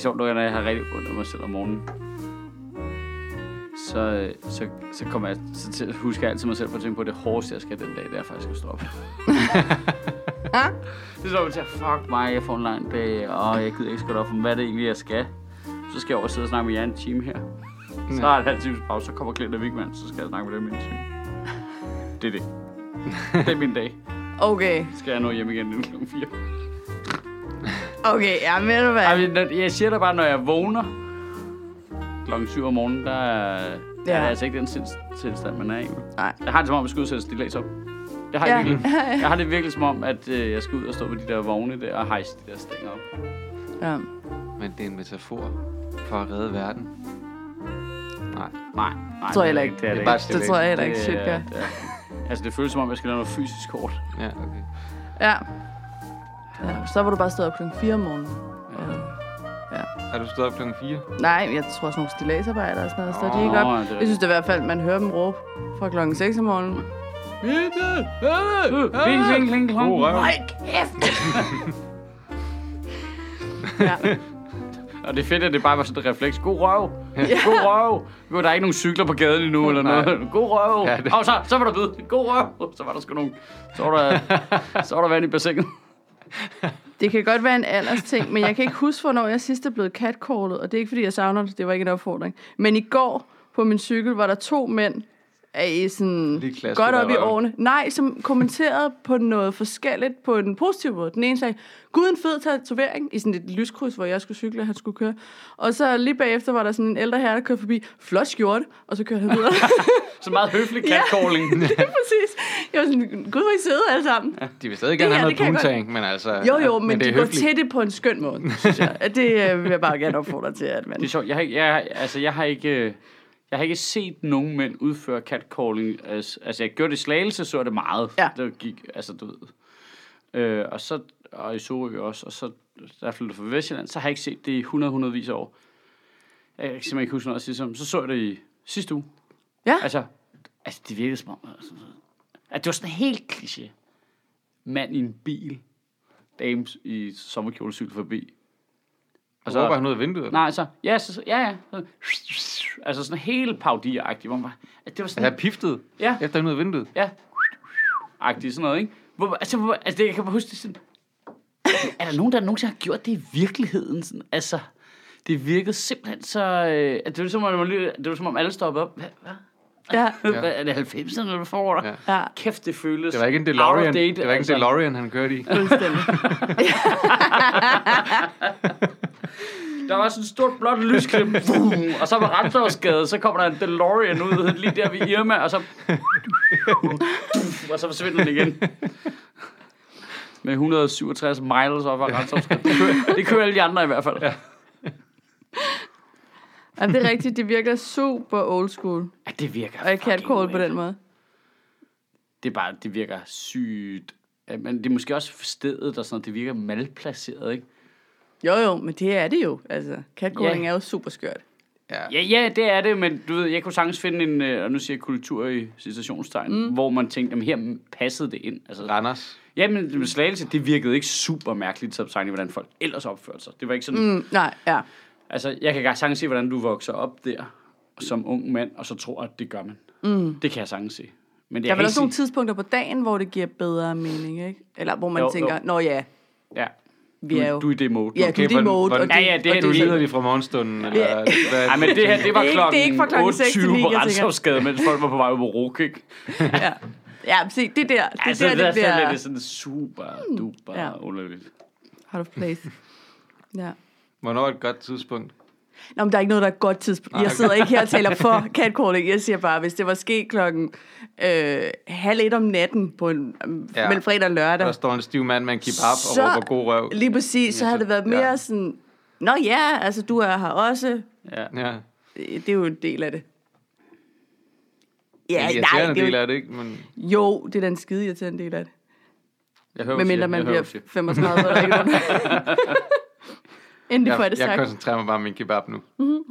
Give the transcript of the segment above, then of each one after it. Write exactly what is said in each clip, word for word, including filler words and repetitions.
sjovt, når jeg har rigtig ondt af mig selv om morgenen. Så, så, så kommer jeg så til at huske altid mig selv på at tænke på, at det hårdeste, jeg skal den dag, det er faktisk at stå op. Det er så, at jeg fuck mig, jeg får en lang dag, og jeg gider ikke skåre op, hvad er det egentlig, jeg skal. Så skal jeg over og sidde og snakke med jer en time her. Så har jeg en halv times pause, så kommer Klint og Vigman, så skal jeg snakke med dem i en time. Det er det. Det er min dag. Okay. Så skal jeg nå hjem igen inden klokken fire. Okay, ja, men du hvad? Ej, jeg siger da bare, når jeg vågner klokken syv om morgenen, der er, ja. er det altså ikke den tilstand, man er i. Nej. Jeg har det som om, at jeg skal ud og sætte stillads op. Det har ja. jeg virkelig. Jeg har det virkelig som om, at øh, jeg skal ud og stå med de der vogne der og hejse de der stænger op. Ja. Men det er en metafor for at redde verden. Nej. Nej, nej. Tror jeg heller ikke. Det, er det, det, det, det tror jeg heller ikke, sygt, ja. Altså, det føles som om, jeg skal lave noget fysisk hårdt. Ja, okay. Ja. Ja, så var du bare stået op klokken fire om morgenen. Ja. Ja. Har du stået op klokken fire? Nej, jeg tror sådan nogle stilladsarbejdere og sådan noget, så de ikke op. Jeg synes det i hvert fald, man hører dem råbe fra klokken seks om morgenen. Kling, kling, kling, kling. Hold kæft! Ja. Og det er fedt, at det bare var sådan et refleks. God røv. God røv. God, der er ikke nogen cykler på gaden endnu, eller noget. God røv. Ja, det... Og så, så var der bid. God røv. Så var der sgu nogen. Så var der, så var der vand i bassinet. Det kan godt være en alders ting, men jeg kan ikke huske, hvornår jeg sidst er blevet catcallet, og det er ikke, fordi jeg savner det. Det var ikke en opfordring. Men i går på min cykel var der to mænd, i sådan godt op i årene. Nej, som kommenterede på noget forskelligt på en positiv måde. Den ene sagde, gud, en fed tatovering, i sådan et lyskryds, hvor jeg skulle cykle, og han skulle køre. Og så lige bagefter var der sådan en ældre herre, der kørte forbi, flot skjorte, og så kørte han videre. Så meget høflig catcalling. Ja, det er præcis. Jeg var sådan, gud, hvor I sidder alle sammen. Ja, de vil stadig gerne have noget poontang, men altså... Jo, jo, men, men de går til det på en skøn måde, synes jeg. Det øh, vil jeg bare gerne opfordre til, at man... Det er sjovt. Jeg har, jeg, altså, jeg har ikke... Jeg har ikke set nogen mænd udføre catcalling. Altså, jeg gjorde det i Slagelse, så er det meget. Ja. Det gik, altså, du ved. Øh, og så, og i Sorø også, og så, der er flyttet fra Vestjylland, så har jeg ikke set det i hundrede, hundredvis af år. Jeg kan simpelthen ikke huske noget at sige som. Så så jeg det i sidste uge. Ja. Altså, altså det virkede som om, altså, at det var sådan en helt kliché. Mand i en bil, dame i sommerkjole cykler forbi. Og så råber han ud af vinduet? Nej, så, ja, så, ja, ja. Så, altså sådan helt paudiagtigt, hvor man bare, at det var sådan... Er piftet? Ja. Efter han ud af vinduet? Ja. Agtigt, sådan noget, ikke? Hvor, altså, hvor, altså det, jeg kan bare huske det sådan... Er der nogen, der nogensinde har gjort det i virkeligheden? Sådan, altså, det virkede simpelthen så... Øh, at det var som om, det var som om alle stoppede op. Hvad? Hvad? Ja. Hvad, er det halvfemserne, der får dig? Ja. Kæft, det føles... Det var ikke en DeLorean, date, det var ikke altså. en DeLorean, han kørte i. Fuldstændig. Der var sådan et stort blåt lysklip, og så var Rensdorfsgade, så kommer der en DeLorean ud lige der ved Irma, og så og så forsvinder den igen. Med et hundrede og syvogtres miles op af Rensdorfsgade. Det kører, det kører alle de andre i hvert fald. Ja. Ja, det er rigtigt, det virker super old school. Ja, det virker og jeg kan catcall på den måde. Det er bare, det virker sygt. Men det er måske også for stedet og sådan noget, det virker malplaceret, ikke? Jo, jo, men det er det jo. Altså, catcalling ja. er jo super skørt. Ja. ja, ja, det er det, men du ved, jeg kunne sagtens finde en, og nu siger jeg kultur i citationstegn, mm. hvor man tænkte, jamen her passede det ind. Altså, Randers. Ja, men med Slagelse, det virkede ikke super mærkeligt til at hvordan folk ellers opførte sig. Det var ikke sådan... Mm, nej, ja. Altså, jeg kan sagtens se, hvordan du vokser op der som ung mand, og så tror, at det gør man. Mm. Det kan jeg sagtens se. Men det der er vel også nogle tidspunkter på dagen, hvor det giver bedre mening, ikke? Eller hvor man jo, tænker, jo. nå ja, ja. Vi er jo... Du er i det mode. Ja, okay, du er i det mode. Og ja, ja, det, og du lider vi fra morgenstunden. Eller, ja. Nej, men det her, det var klokken otteogtyve på Rensdorfsgade, mens folk var på vej ud på Ruk, ikke? Ja. Ja, se, det der, det altså, der, det, det bliver... Det er sådan super, duper ja. underligt. Out of place. Ja. Hvornår er et godt tidspunkt? Nå, men der er ikke noget, der er et godt tidspunkt. Jeg sidder ikke her og taler for catcalling. Jeg siger bare, hvis det var sket klokken øh, halv et om natten på en, ja. mellem fredag og lørdag. Der står en stiv mand med en kebab så, og råber god røv. Lige præcis, så, så havde det været mere ja. sådan, nå ja, altså du er her også. Ja. ja. Det er jo en del af det. Ja, jeg nej, en del jo... af det, ikke? Men... Jo, det er da en skide irriterende del af det. Jeg hører, medmindre man bliver femogtredive eller ikke noget. Endelig får jeg det sagt. Jeg koncentrerer mig bare om min kebab nu.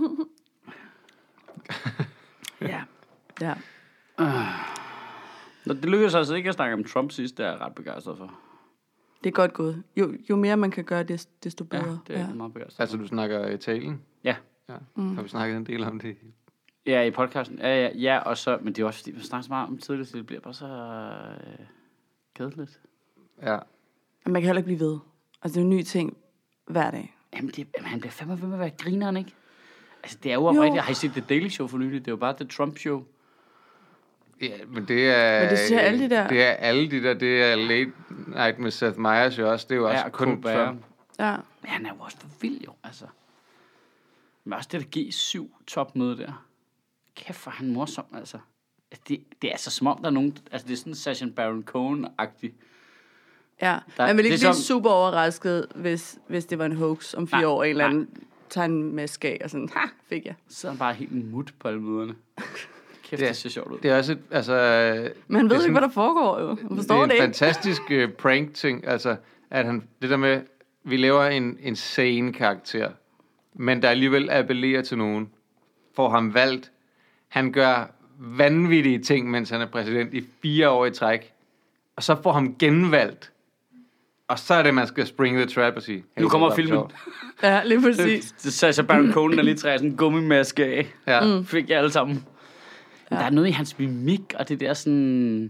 ja, ja. Uh. Det lykkedes altså ikke at snakke om Trump sidst, det er jeg ret begejstret for. Det er godt gået. Jo, jo mere man kan gøre, det, desto bedre. Ja, det er ja. meget begejstret. Altså, du snakker Italien? Ja. Ja. Mm. Har vi snakket en del om det? Ja, i podcasten. Ja, ja, ja, og så, men det er også fordi, vi snakker så meget om tidligere, så det bliver bare så øh, kedeligt. Ja. Men man kan heller ikke blive ved. Altså, det er en ny ting hver dag. Jamen, det, jamen han bliver fandme ved med at være grineren, ikke? Altså, det er jo oprigtigt. Jeg har I set The Daily Show for nylig? Det er jo bare The Trump Show. Ja, men det er... Men det siger alle de der. Det er alle de der. Det er Late Night med Seth Meyers jo også. Det er jo også Ja, kun Colbert. Trump. Ja. Men han er jo også for vild, jo, altså. Men også det der G syv topmøde der. Kæft, for han morsom, altså. Det, det er altså som om, der er nogen... Altså, det er sådan Sacha Baron Cohen-agtigt. Ja, Der- man vil ikke det er blive som- super overrasket, hvis, hvis det var en hoax om fire Nej, år. En eller nej. anden tager en maske af og sådan, ha, fik jeg. Så sidder han bare helt mut på alle møderne. Kæft, Ja. det ser sjovt ud. Det er også et... Altså, Men han ved det er ikke, hvad sådan- der foregår, jo. Han det forstår er det, en ikke. fantastisk uh, prank-ting. Altså, at han... Det der med... Vi laver en, en sane karakter, men der alligevel appellerer til nogen. Får ham valgt. Han gør vanvittige ting, mens han er præsident i fire år i træk. Og så får ham genvalgt. Og så er det, man skal spring the trap og sige... Nu kommer det var filmen. sjovt. Ja, lige præcis. Det er Sacha Baron Cohen, der lige træder sådan en gummimaske af. Ja. Mm. Fik jeg alle sammen. Men Ja. der er noget i hans mimik, og det der sådan...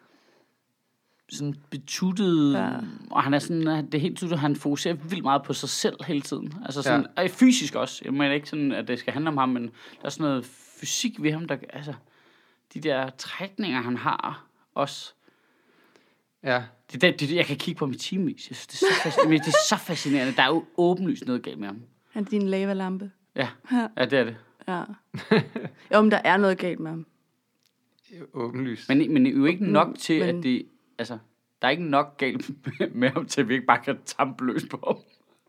Sådan betuttet... Ja. Og han er sådan... Det er helt tydeligt, at han fokuserer vildt meget på sig selv hele tiden. Altså sådan... Ja. Og fysisk også. Jeg mener ikke sådan, at det skal handle om ham, men der er sådan noget fysik ved ham, der... Altså... De der trækninger, han har også... Ja. Det, det, det, jeg kan kigge på mit timevis. Jeg synes, det, er så fascinerende. det er så fascinerende. Der er jo åbenlyst noget galt med ham. Han er din lavalampe. Ja, ja det er det. Ja. Jo, men der er noget galt med ham. Åbenlyst. Men, men det er jo ikke nok Mm, til, men- at det... Altså, der er ikke nok galt med ham, til at vi ikke bare kan tampe løs på ham.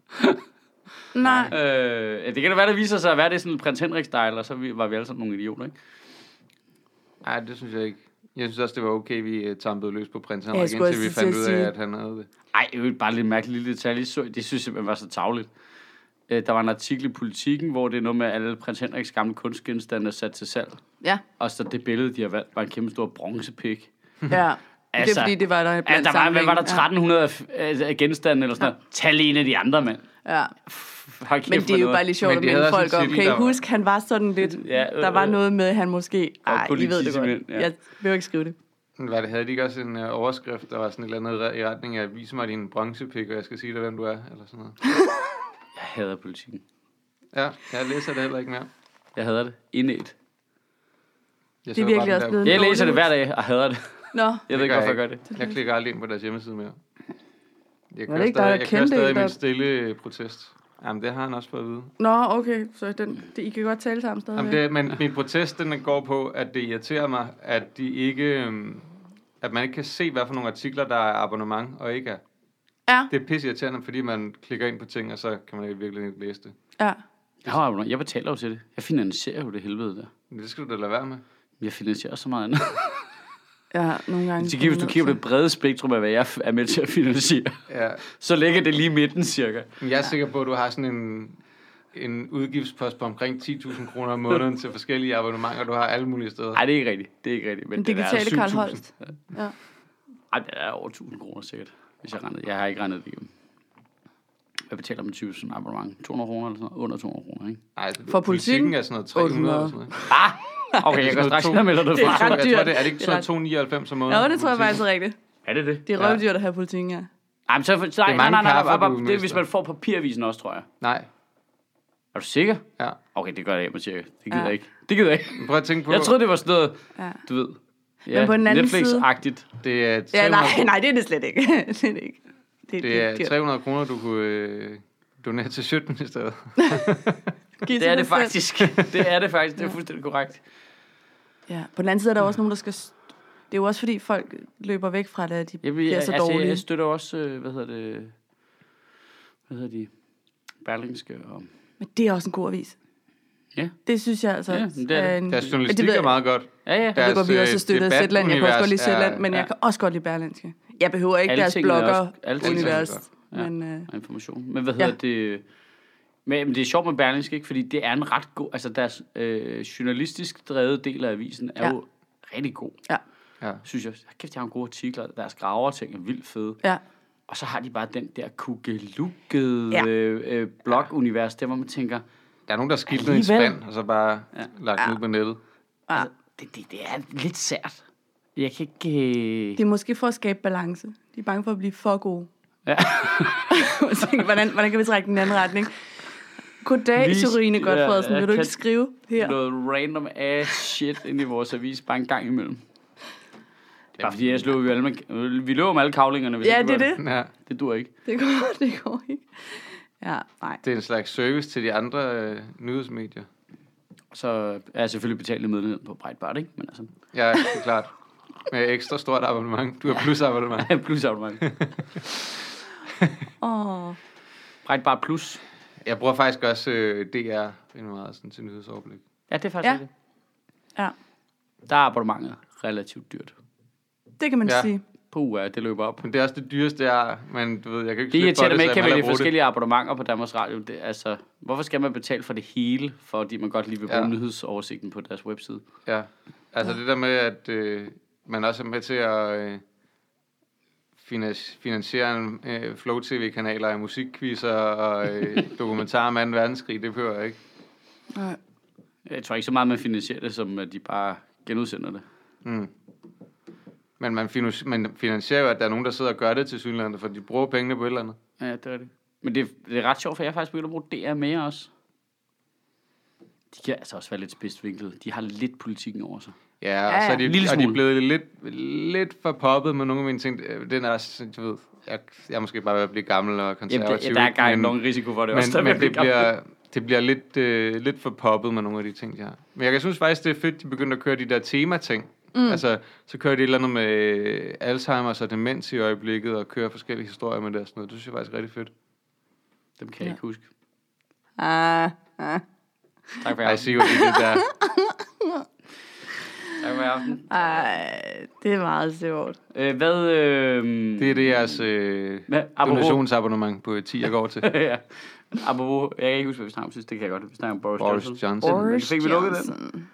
Nej. Øh, det kan da være, det viser sig at være det sådan en prins Henrik-style, og så var vi alle sammen nogle idioter, ikke? Nej, det synes jeg ikke. Jeg synes også, det var okay, vi uh, tampede løs på prins Ja, Henrik, jeg skulle indtil vi også fandt til ud at af, sige- at han havde det. Ej, det er jo bare lidt mærkeligt lille detalje. Så, det synes jeg simpelthen var så tarveligt. Øh, der var en artikel i Politiken, hvor det er noget med, at alle prins Henriks gamle kunstgenstande er sat til salg. Ja. Og så det billede, de har valgt, var en kæmpe stor bronzepik. Ja. Det er Altså, fordi, det var der Ja, blandt der var, hvad var der, samlingen. tretten hundrede øh, genstande eller sådan noget. Tag lige en af de andre, mand. Ja. ja. Hold kæft, Men det er hvor jo noget. bare lidt sjovt Men at de minde havde også folk en om. titel, Kan I der var- huske, han var sådan lidt... Ja, øh, Der var øh. noget med, han måske... Ej, I ved det godt. politimænd, ja. Jeg vil ikke skrive det. Hvad det, havde de ikke også en uh, overskrift, der var sådan et eller andet i retning af, vis mig din bronzepik, og jeg skal sige dig, hvem du er, eller sådan noget. Jeg hader Politiken. Ja, jeg læser det heller ikke mere. Jeg hader det. Indædt. Jeg Det er så virkelig bare den også der- blevet- Jeg dårlig læser det hus. hver dag og hader det. Nå, Jeg ved ikke, gør hvorfor jeg jeg gør det. Jeg klikker aldrig ind på deres hjemmeside mere. Jeg Var kører det ikke dig, stadig, der jeg kører kendte stadig en, der- min stille protest. Jamen, det har han også fået at vide. Nå, okay. Så den, det, I kan godt tale sammen stadig. Jamen, det, men min protest, den går på, at det irriterer mig, at de ikke... øhm, at man ikke kan se, hvad for nogle artikler, der er abonnement og ikke er. Ja, Det er pisse irriterende, fordi man klikker ind på ting, og så kan man ikke virkelig ikke læse det. ja. Jeg, har, abonnement. Jeg betaler jo til det. Jeg finansierer jo det helvede der. Men det skal du da lade være med. Jeg finansierer også så meget andet. Ja, nogle gange. Så hvis du kigger på det brede spektrum af, hvad jeg er med til at finansiere, Ja. så ligger det lige i midten cirka. Men jeg er sikker på, at du har sådan en, en udgiftspost på omkring ti tusind kroner om måneden til forskellige abonnementer, du har alle mulige steder. Nej, det er ikke rigtigt. Det er ikke rigtigt. Men Den det er digitale Carl syv tusind. Holst. Ja. Ej, det er over tusind kroner sikkert, hvis jeg regnede. Jeg har ikke regnet det igennem. Jeg betaler med tyve sådan abonnement. to hundrede kroner eller sådan noget. Under to hundrede kroner, ikke? Nej, For Politiken er sådan noget tre hundrede eller sådan noget. Ah! Okay, jeg kan straks ind og melde det Det er fra. ret Jeg tror, dyrt. det er det ikke Det er ret- to hundrede og nioghalvfems om måneden? Ja, det tror jeg faktisk er rigtigt. Er det det? Det er røvdyrt at have Politiken, ja. Ej, men så, så, nej, nej, mange nej, nej, kaffer, nej, bare, du det er, hvis mister. man får papiravisen også, tror jeg. Nej, Er du sikker? ja. Okay, det gør jeg hjemme cirka. Det gider Ja. jeg ikke. Det gider jeg ikke. Men prøv at tænke på, Jeg troede, det var sådan noget, Ja. du ved, ja, Men på den anden Netflix-agtigt. det er Ja, tre hundrede, nej, nej, det er det slet ikke. det er det ikke. Det, det er dyrt. tre hundrede kroner, du kunne øh, donere til sytten i stedet. Det Giv til er dig det selv. faktisk. Det er det faktisk. Det er fuldstændig korrekt. Ja, på den anden side er der også nogen, der skal... s- Det er jo også fordi, folk løber væk fra det, at de Jeg, bliver jeg, så altså, dårlige. jeg støtter også, øh, hvad hedder det, hvad hedder de, Berlingske og... Men det er også en god avis. Ja. Det synes jeg altså... Ja, men det er det. en- Deres Men journalistik det ved er jeg- meget godt. Ja, ja. Jeg ved godt, vi Deres, også øh, støttet Zetland. Jeg kan også godt lide debatunivers Zetland, men er- jeg kan også godt lide Berlingske. Jeg behøver ikke Alle deres tingene er blogger også- alle tingene er univers. også Ja. Men, øh, Og information. Men hvad Ja. hedder det... Men, men det er sjovt med Berlingske, ikke? Fordi det er en ret god... Altså deres øh, journalistisk drevet del af avisen er Ja. jo rigtig god. ja, Ja. Synes jeg. Kæft, jeg har nogle gode artikler. Deres graver ting er vildt fede. ja. Og så har de bare den der kukkelukkede Ja. øh, øh, blog-univers, der hvor man tænker, Der er nogen, der skildrer en Alligevel. spand, og så bare Ja. lagt den ud på nettet. Ja. altså, det, det, det er lidt sært. Jeg kan ikke... Øh... Det er måske for at skabe balance. De er bange for at blive for gode. Ja. Jeg tænker, hvordan, hvordan kan vi trække den anden retning? Goddag, Vi- Sorine Godfredsen. ja, Vil du kan- ikke skrive her? Noget random ass shit ind i vores avis, bare en gang imellem. Bare fordi jeg slår vi alle med, vi løber med alle kavlingerne. hvis Ja, ikke det er gør det. Ja, Det dur ikke. Det går, det går ikke. Ja, nej. det er en slags service til de andre øh, nyhedsmedier. Så er jeg selvfølgelig betalt i medlemheden på Breitbart, ikke? Men altså, Ja, det er klart. Med ekstra stort abonnement. Du har plus abonnement. plus abonnement. Åh. Breitbart plus. Jeg bruger faktisk også øh, D R rimelig meget sådan, til nyhedsoverblik. Ja, det er faktisk Ja. det. Ja, Der er abonnementet relativt dyrt. det kan man Ja. sige. Puh, ja, det løber op. Men det er også det dyreste, jeg er. Men du ved, jeg kan ikke Det slippe for irriterer mig så ikke, jeg kan må hellere vælge bruge det. forskellige abonnementer på Danmarks Radio. Det, altså, hvorfor skal man betale for det hele, fordi man godt lige vil bruge Ja. nyhedsoversigten på deres webside? Ja, altså det der med, at øh, man også er med til at øh, finas- finansiere en, øh, Flow T V-kanaler af musikquizzer og øh, dokumentarer om anden verdenskrig, det behøver jeg ikke. Nej. Jeg tror ikke så meget, man finansierer det, som at de bare genudsender det. Mm. Men man, finus- man finansierer jo, at der er nogen, der sidder og gør det til synligheden, for de bruger pengene på et eller andet. Ja, det er det. Men det, det er ret sjovt, for jeg har faktisk begyndt at bruge D R mere også. De kan altså også være lidt spidsvinklet. De har lidt politikken over sig. Ja, og Ja, så er de, en lille og de er smule. blevet lidt, lidt for poppet med nogle af mine ting. Den er også, du ved, jeg, jeg er måske bare ved at blive gammel og Jamen, konservativ. der, der er ikke? gar Men- nogen risiko for det også. der Men, vil men det, blive gammel. bliver, det bliver lidt, øh, lidt for poppet med nogle af de ting, de har. Men jeg kan synes faktisk, det er fedt, de begyndte at køre de der tema-ting. Mm. Altså, så kører de et eller andet med øh, Alzheimer's og demens i øjeblikket, og kører forskellige historier med det og sådan noget. Det synes jeg faktisk er rigtig fedt. Dem kan jeg Ja. ikke huske. Ah, ah. Tak for i Ej, aften. sig jo lige det der. Tak for i aften. Ej, det er meget sjovt. Øh, hvad... Øh, Det er det jeres øh, Hvad? Apropos- donationsabonnement på ti, jeg går til. ja. Apropos, jeg kan ikke huske, hvad vi snakker om sidst. Det kan jeg godt. Vi snakker om Boris, Boris Johnson. Johnson. Boris Fik vi lukket den? Johnson.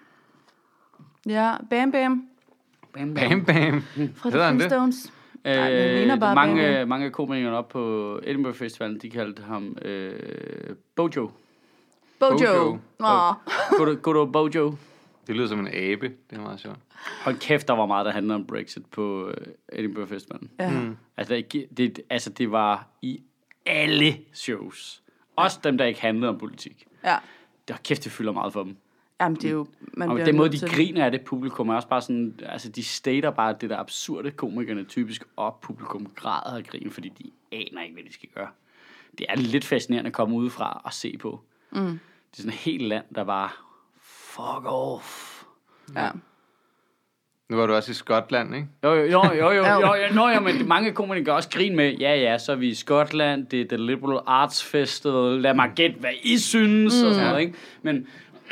Ja, Bam Bam. Bam, Bam, bam. Fra Hedder The han det? Flintstones. Nej, den ligner bare Bam mange, Bam. mange af komikerne op på Edinburgh Festivalen, de kaldte ham øh, Bojo. Bojo. Bojo. Åh. Good, good old Bojo. Det lyder som en abe. Det er meget sjovt. Hold kæft, der var meget, der handlede om Brexit på øh, Edinburgh Festivalen. Ja. Mm. Altså, det, det, altså, det var i alle shows. Også dem, der ikke handlede om politik. Ja. Det var kæft, det fylder meget for dem. Jamen, det er jo... Man Og bliver den måde, nødt de til- griner af det publikum, er også bare sådan, altså de stater bare det der absurde komikerne typisk op, publikum græder af grin, fordi de aner ikke, hvad de skal gøre. Det er lidt fascinerende at komme udefra og se på. Mm. Det er sådan et helt land, der bare, fuck off. Ja. Nu var du også i Skotland, ikke? Jo, jo, jo, jo, jo, jo, jo, jo, jo men mange komikere gør også grin med, ja, ja, så er vi i Skotland, det er The Liberal Arts Festival, lad mig gætte, hvad I synes, mm. og sådan noget, ikke? Men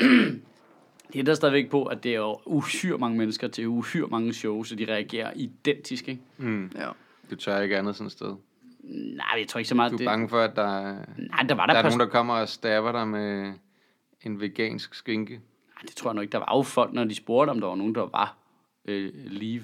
det er der stadigvæk på, at det er jo uhyre mange mennesker til uhyre mange shows, så de reagerer identisk, ikke? Mm. Ja. Du tør ikke andet sådan et sted. Nej, jeg tror ikke så meget. Du er det... bange for, at der, Nej, der var der, der er der nogen, der kommer og stabber dig med en vegansk skinke. Nej, det tror jeg nok ikke. Der var jo folk, når de spurgte, om der var nogen, der var øh, live.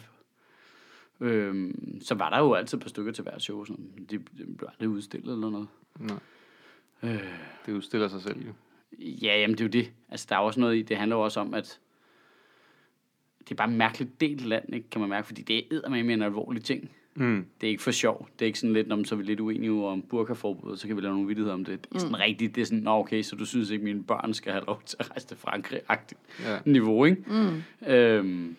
Øhm, så var der jo altid et par stykker til hver show. Sådan. De, de blev aldrig udstillet eller noget. Nej. Øh. Det udstiller sig selv jo. Ja, jamen det er jo det. Altså, der er også noget i, det handler jo også om, at det er bare et mærkeligt delt land, ikke, kan man mærke, fordi det er eddermame en alvorlig ting. Mm. Det er ikke for sjov. Det er ikke sådan lidt, om så er vi lidt uenige om burkaforbud, så kan vi lave nogle vittigheder om det. Det er sådan mm. rigtigt, det er sådan, nå okay, så du synes ikke, mine børn skal have lov til at rejse til Frankrig-agtigt Ja. niveau, ikke? Mm. Øhm,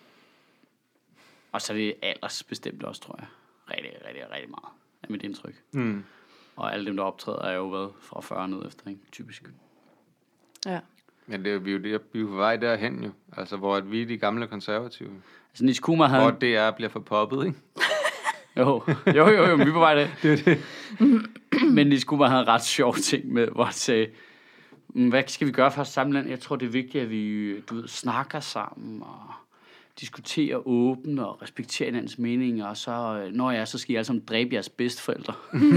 og så er det aldersbestemt også, tror jeg. Rigtig, rigtig, rigtig meget af mit indtryk. Mm. Og alle dem, der optræder, er jo været fra fyrre ned efter, ikke? Typisk. Ja. Men det er, vi er jo det, vi er på vej derhen jo. Altså, hvor at vi er de gamle konservative. Altså, Nis Kuma havde... Hvor det er bliver for poppet, ikke? Jo, jo, jo, jo, vi er på vej det. Det er det. Men Nis Kuma havde en ret sjov ting med, hvor han sagde, "Mm, hvad skal vi gøre for at samle land? Jeg tror, det er vigtigt, at vi, du ved, snakker sammen og diskuterer åbent og respekterer hinandens meninger, og så, øh, når jeg så skal I alle sammen dræbe jeres bedsteforældre."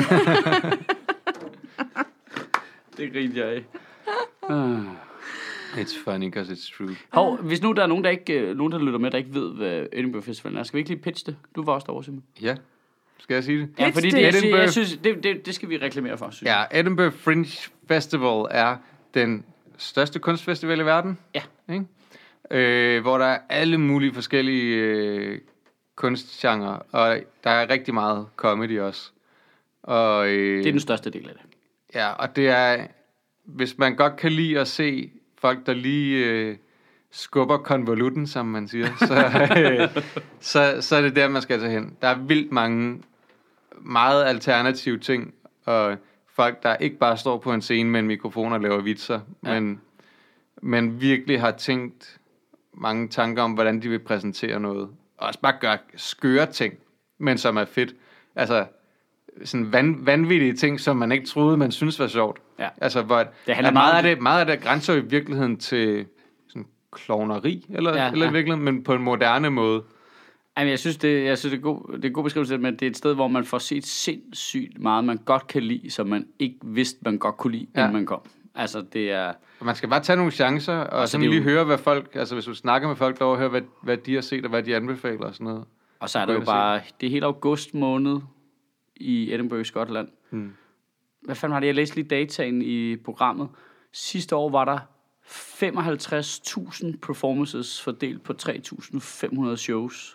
Det grinte jeg af. Ah. It's funny, because it's true. Hov, hvis nu der er nogen, der ikke, øh, nogen, der lytter med, der ikke ved, hvad Edinburgh Festivalen er, skal vi ikke lige pitche det? Du var også derovre, Simon. Ja, Skal jeg sige det? Ja, fordi det, jeg, synes, jeg synes, det, det, det skal vi reklamere for, synes Ja, Edinburgh Fringe Festival er den største kunstfestival i verden. Ja. Ikke? Øh, hvor der er alle mulige forskellige øh, kunstgenre, og der er rigtig meget comedy også. Og, øh, det er den største del af det. Ja, og det er, hvis man godt kan lide at se folk, der lige øh, skubber konvolutten, som man siger, så, øh, så, så er det der, man skal tage hen. Der er vildt mange, meget alternative ting, og folk, der ikke bare står på en scene med en mikrofon og laver vitser, ja. men, men virkelig har tænkt mange tanker om, hvordan de vil præsentere noget. Og også bare gøre skøre ting, men som er fedt. Altså, sådan van, vanvittige ting, som man ikke troede, man synes var sjovt. Ja. Altså, hvor det meget, meget af det, meget af det grænser i virkeligheden til sådan klovneri, eller, ja, eller ja. i virkeligheden, men på en moderne måde. Jamen, jeg synes, det, jeg synes, det er god, det er en god beskrivelse, men det er et sted, hvor man får set sindssygt meget, man godt kan lide, som man ikke vidste, man godt kunne lide, ja. inden man kom. Altså, det er... Og man skal bare tage nogle chancer, og altså, sådan lige jo... høre, hvad folk... Altså, hvis du snakker med folk derovre, høre, hvad, hvad de har set, og hvad de anbefaler og sådan noget. Og så er der jo bare... Det er helt august måned i Edinburgh, Skotland. Hmm. Hvad fanden var det? Jeg læste lige dataen i programmet. Sidste år var der femoghalvtreds tusind performances fordelt på tre tusind fem hundrede shows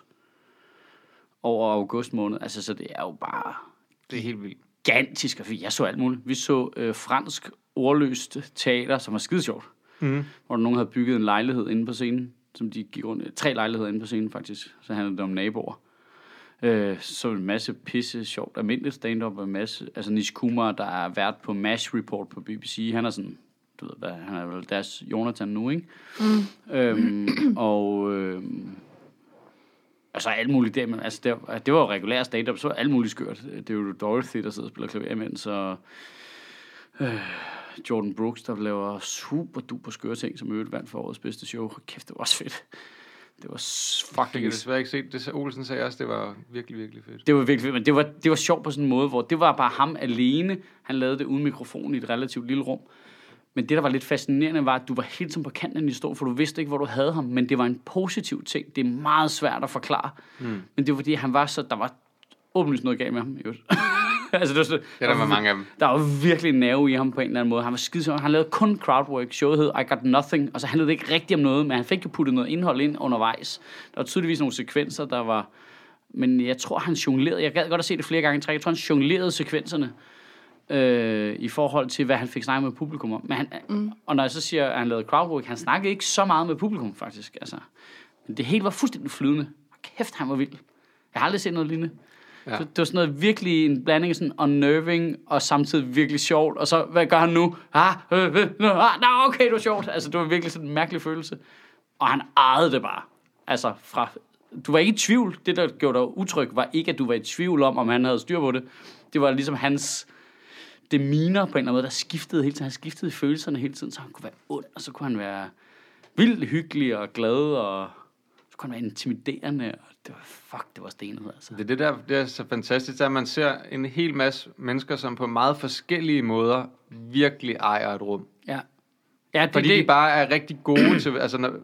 over august måned. Altså, så det er jo bare... Det er helt vildt. Gigantisk, og jeg så alt muligt. Vi så øh, fransk ordløst teater, som var skide sjovt. Mm. Hvor der nogen havde bygget en lejlighed inde på scenen, som de gik rundt... Tre lejligheder inde på scenen, faktisk. Så handlede det om naboer. Øh, så en masse pisse sjovt. Almindeligt stand-up og en masse... Altså, Nish Kumar, der er vært på MASH Report på B B C. Han er sådan... Du ved hvad, han er vel deres Jonathan nu, ikke? Mm. Øhm, og... Øhm, altså alt muligt der, men altså, det, var, det var jo regulær stand-up, så var alt muligt skørt. Det er jo Dorothy, der sidder og spiller klaver imens, så øh, Jordan Brooks, der laver super duper skøre ting, som øvrigt vandt for årets bedste show. Kæft, det var også fedt. Det var fucking... Jeg kan desværre ikke se det. Olsen sagde også, det var virkelig, virkelig fedt. Det var virkelig fedt, men det var, det var sjovt på sådan en måde, hvor det var bare ham alene. Han lavede det uden mikrofon i et relativt lille rum. Men det, der var lidt fascinerende, var, at du var helt som på kanten af en historie, for du vidste ikke, hvor du havde ham, men det var en positiv ting. Det er meget svært at forklare. Mm. Men det var fordi, han var så... Der var åbenlyst noget galt med ham. altså, det var så, ja, der var mange af dem. Der var virkelig en nerve i ham på en eller anden måde. Han var skide. Han lavede kun crowdwork. Showet hed I Got Nothing, og så handlede det ikke rigtig om noget, men han fik jo puttet noget indhold ind undervejs. Der var tydeligvis nogle sekvenser, der var... Men jeg tror, han jonglerede. Jeg gad godt at se det flere gange i træk. Jeg tror, han jonglerede sekvenserne. Øh, i forhold til, hvad han fik snakket med publikum om. Men han, mm. Og når jeg så siger, at han lavede crowdwork, han snakkede ikke så meget med publikum, faktisk. Altså, men det hele var fuldstændig flydende. Kæft, han var vild. Jeg har aldrig set noget lignende. Ja. Så det var sådan noget virkelig en blanding af sådan unnerving, og samtidig virkelig sjovt. Og så, hvad gør han nu? Ah, øh, øh, ah, no, okay, det var sjovt. Altså, det var virkelig sådan en mærkelig følelse. Og han ejede det bare. Altså, fra... Du var ikke i tvivl. Det, der gjorde dig utryg, var ikke, at du var i tvivl om, om han havde styr på det. Det var ligesom hans... Det miner på en eller anden måde, der skiftede hele tiden. Han skiftede følelserne hele tiden, så han kunne være ond, og så kunne han være vildt hyggelig og glad, og så kunne han være intimiderende, og det var, fuck, det var stenet, altså. Det er det der, det er så fantastisk, at man ser en hel masse mennesker, som på meget forskellige måder virkelig ejer et rum. Ja. Ja, det, fordi det. de bare er rigtig gode til, altså, når,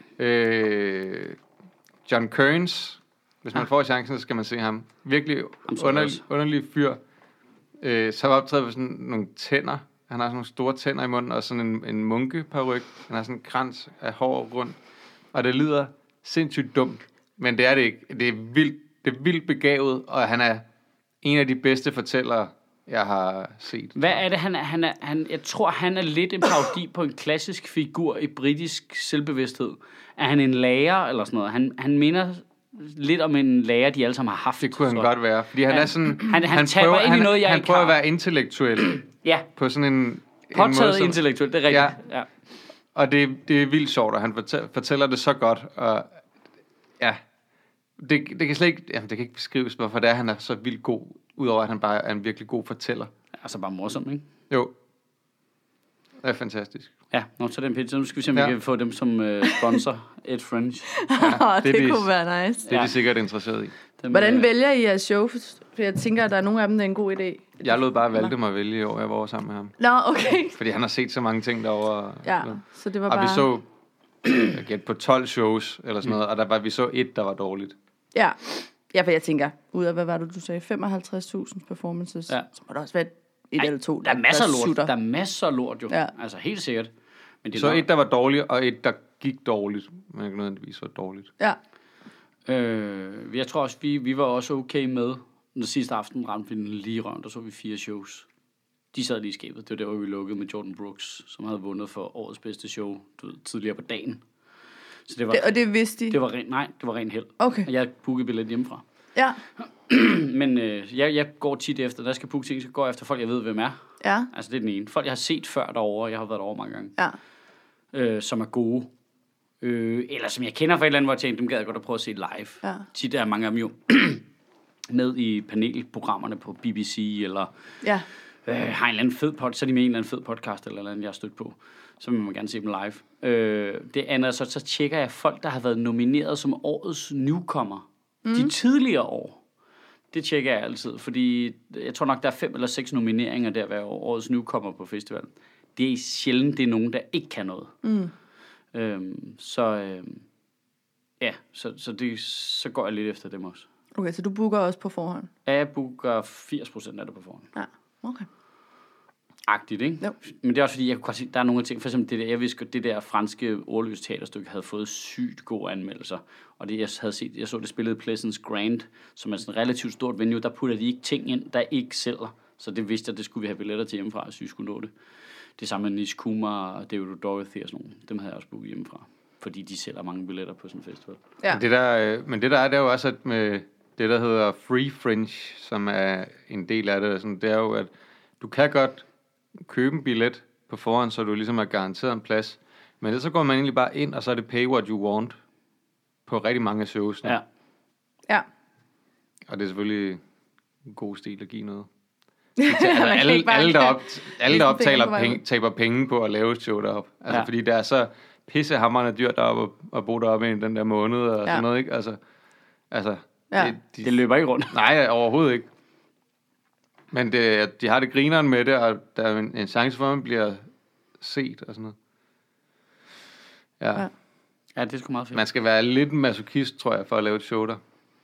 øh, John Kearns, hvis man ah. får chancen, så skal man se ham. Virkelig underlig, underlig fyr. Øh, så optræder vi sådan nogle tænder. Han har sådan nogle store tænder i munden, og sådan en, en munkeparyk. Han har sådan en krans af hår rundt. Og det lyder sindssygt dumt, men det er det ikke. Det er vildt, det er vildt begavet, og han er en af de bedste fortællere, jeg har set. Hvad er det, han er? Han er han, jeg tror, han er lidt en parodi på en klassisk figur i britisk selvbevidsthed. Er han en lærer eller sådan noget? Han, han minder... lidt om en lærer, de alle sammen har haft. Det kunne han så. godt være, fordi han, han er sådan... Han, han, han taber ind i noget, jeg han, ikke han prøver har. at være intellektuel. Ja. På sådan en... Påtaget intellektuel, det er rigtigt. Ja. Ja. Og det, det er vildt sjovt, og han fortæller, fortæller det så godt, og ja, det, det kan slet ikke... Jamen, det kan ikke beskrives, hvorfor det er, han er så vildt god, udover at han bare er en virkelig god fortæller. Altså bare morsom, ikke? Jo. Det er fantastisk. Ja, nå, så den pizza. Nu skal vi se, om ja. vi kan få dem som uh, sponsor. Ed French. Ja, det, det de, kunne være nice. Det er ja. de sikkert interesseret i. Dem, Hvordan øh... vælger I jeres show? For jeg tænker, at der er nogle af dem, der er en god idé. Jeg lod bare Valdemar at vælge i år. Jeg var over sammen med ham. Nå, okay. Fordi han har set så mange ting derovre. Ja, så det var og bare... Og vi så jeg gæt på tolv shows, eller sådan noget, og der var, vi så et, der var dårligt. Ja. Ja, for jeg tænker, ud af, hvad var det, du sagde, femoghalvtreds tusind performances, ja. Så må der også være et Ej, eller to, der, der er masser af lort. sutter. Der er masser af lort, jo. Ja. Altså, helt sikkert. Men det så nok... et, der var dårligt, og et, der gik dårligt, men ikke nødvendigvis var dårligt. Ja. Øh, jeg tror også, vi, vi var også okay med, når sidste aften ramte vi den lige røven, der så vi fire shows. De sad lige i skabet. Det var der, hvor vi lukkede med Jordan Brooks, som havde vundet for årets bedste show du ved, tidligere på dagen. Så det var, det, og det vidste de? Det var ren, nej, det var ren held. Okay. Og jeg bookede billet hjemmefra. Ja. Men øh, jeg, jeg går tit efter, der skal booke ting, så går jeg efter folk, jeg ved, hvem er. Ja. Altså, det er den ene. Folk, jeg har set før derovre, jeg har været derovre mange gange. Ja. Øh, som er gode. Øh, eller som jeg kender fra et eller andet, hvor jeg tænkte, dem gad jeg godt at prøve at se live. Ja. Tit er mange af dem jo med i panelprogrammerne på B B C, eller ja. øh, har en eller anden fed podcast, så er de med i en eller anden fed podcast, eller noget, jeg har stødt på. Så vil man gerne se dem live. Øh, det andet, så, så tjekker jeg folk, der har været nomineret som årets newcomer. Mm. De tidligere år. Det tjekker jeg altid, fordi jeg tror nok, der er fem eller seks nomineringer der hver år, årets newcomer på festivalen. Det er sjældent, det er nogen, der ikke kan noget. Mm. Øhm, så øhm, ja, så, så, det, så går jeg lidt efter dem også. Okay, så du booker også på forhånd? Ja, jeg booker firs procent af det på forhånd. Ja, okay. Agtigt, ikke? Jo. Men det er også fordi, jeg kunne godt se, der er nogle af ting, for eksempel det der, jeg vidste det der franske ordløst teaterstykke havde fået sygt gode anmeldelser. Og det, jeg havde set, jeg så det spillede Pleasance Grand, som er sådan et relativt stort venue, der putter de ikke ting ind, der ikke sælger. Så det vidste jeg, det skulle vi have billetter til hjemmefra, hvis vi skulle nå det. Det samme med Nish Kumar og David Dorothy og sådan nogle. Dem havde jeg også booket hjemmefra. Fordi de sælger mange billetter på sådan en festival. Ja. Det der, men det der er, det er jo også, at med det, der hedder Free Fringe, som er en del af det, sådan, det er jo, at du kan godt købe en billet på forhånd, så du ligesom er garanteret en plads. Men ellers så går man egentlig bare ind, og så er det pay what you want på rigtig mange shows. Ja. Ja. Og det er selvfølgelig en god stil at give noget. Altså, alle, alle, der op, alle, der optaler penge, taber penge på at lave et show deroppe. Altså, ja. Fordi det er så pissehamrende dyrt deroppe at, at bo deroppe i den der måned og ja. Sådan noget, ikke? Altså, altså ja. det, de, det løber ikke rundt. Nej, overhovedet ikke. Men det, de har det grineren med det, og der er en, en chance for, at man bliver set og sådan noget. Ja. Ja, ja det er sgu meget fedt. Man skal være lidt masochist, tror jeg, for at lave et show der.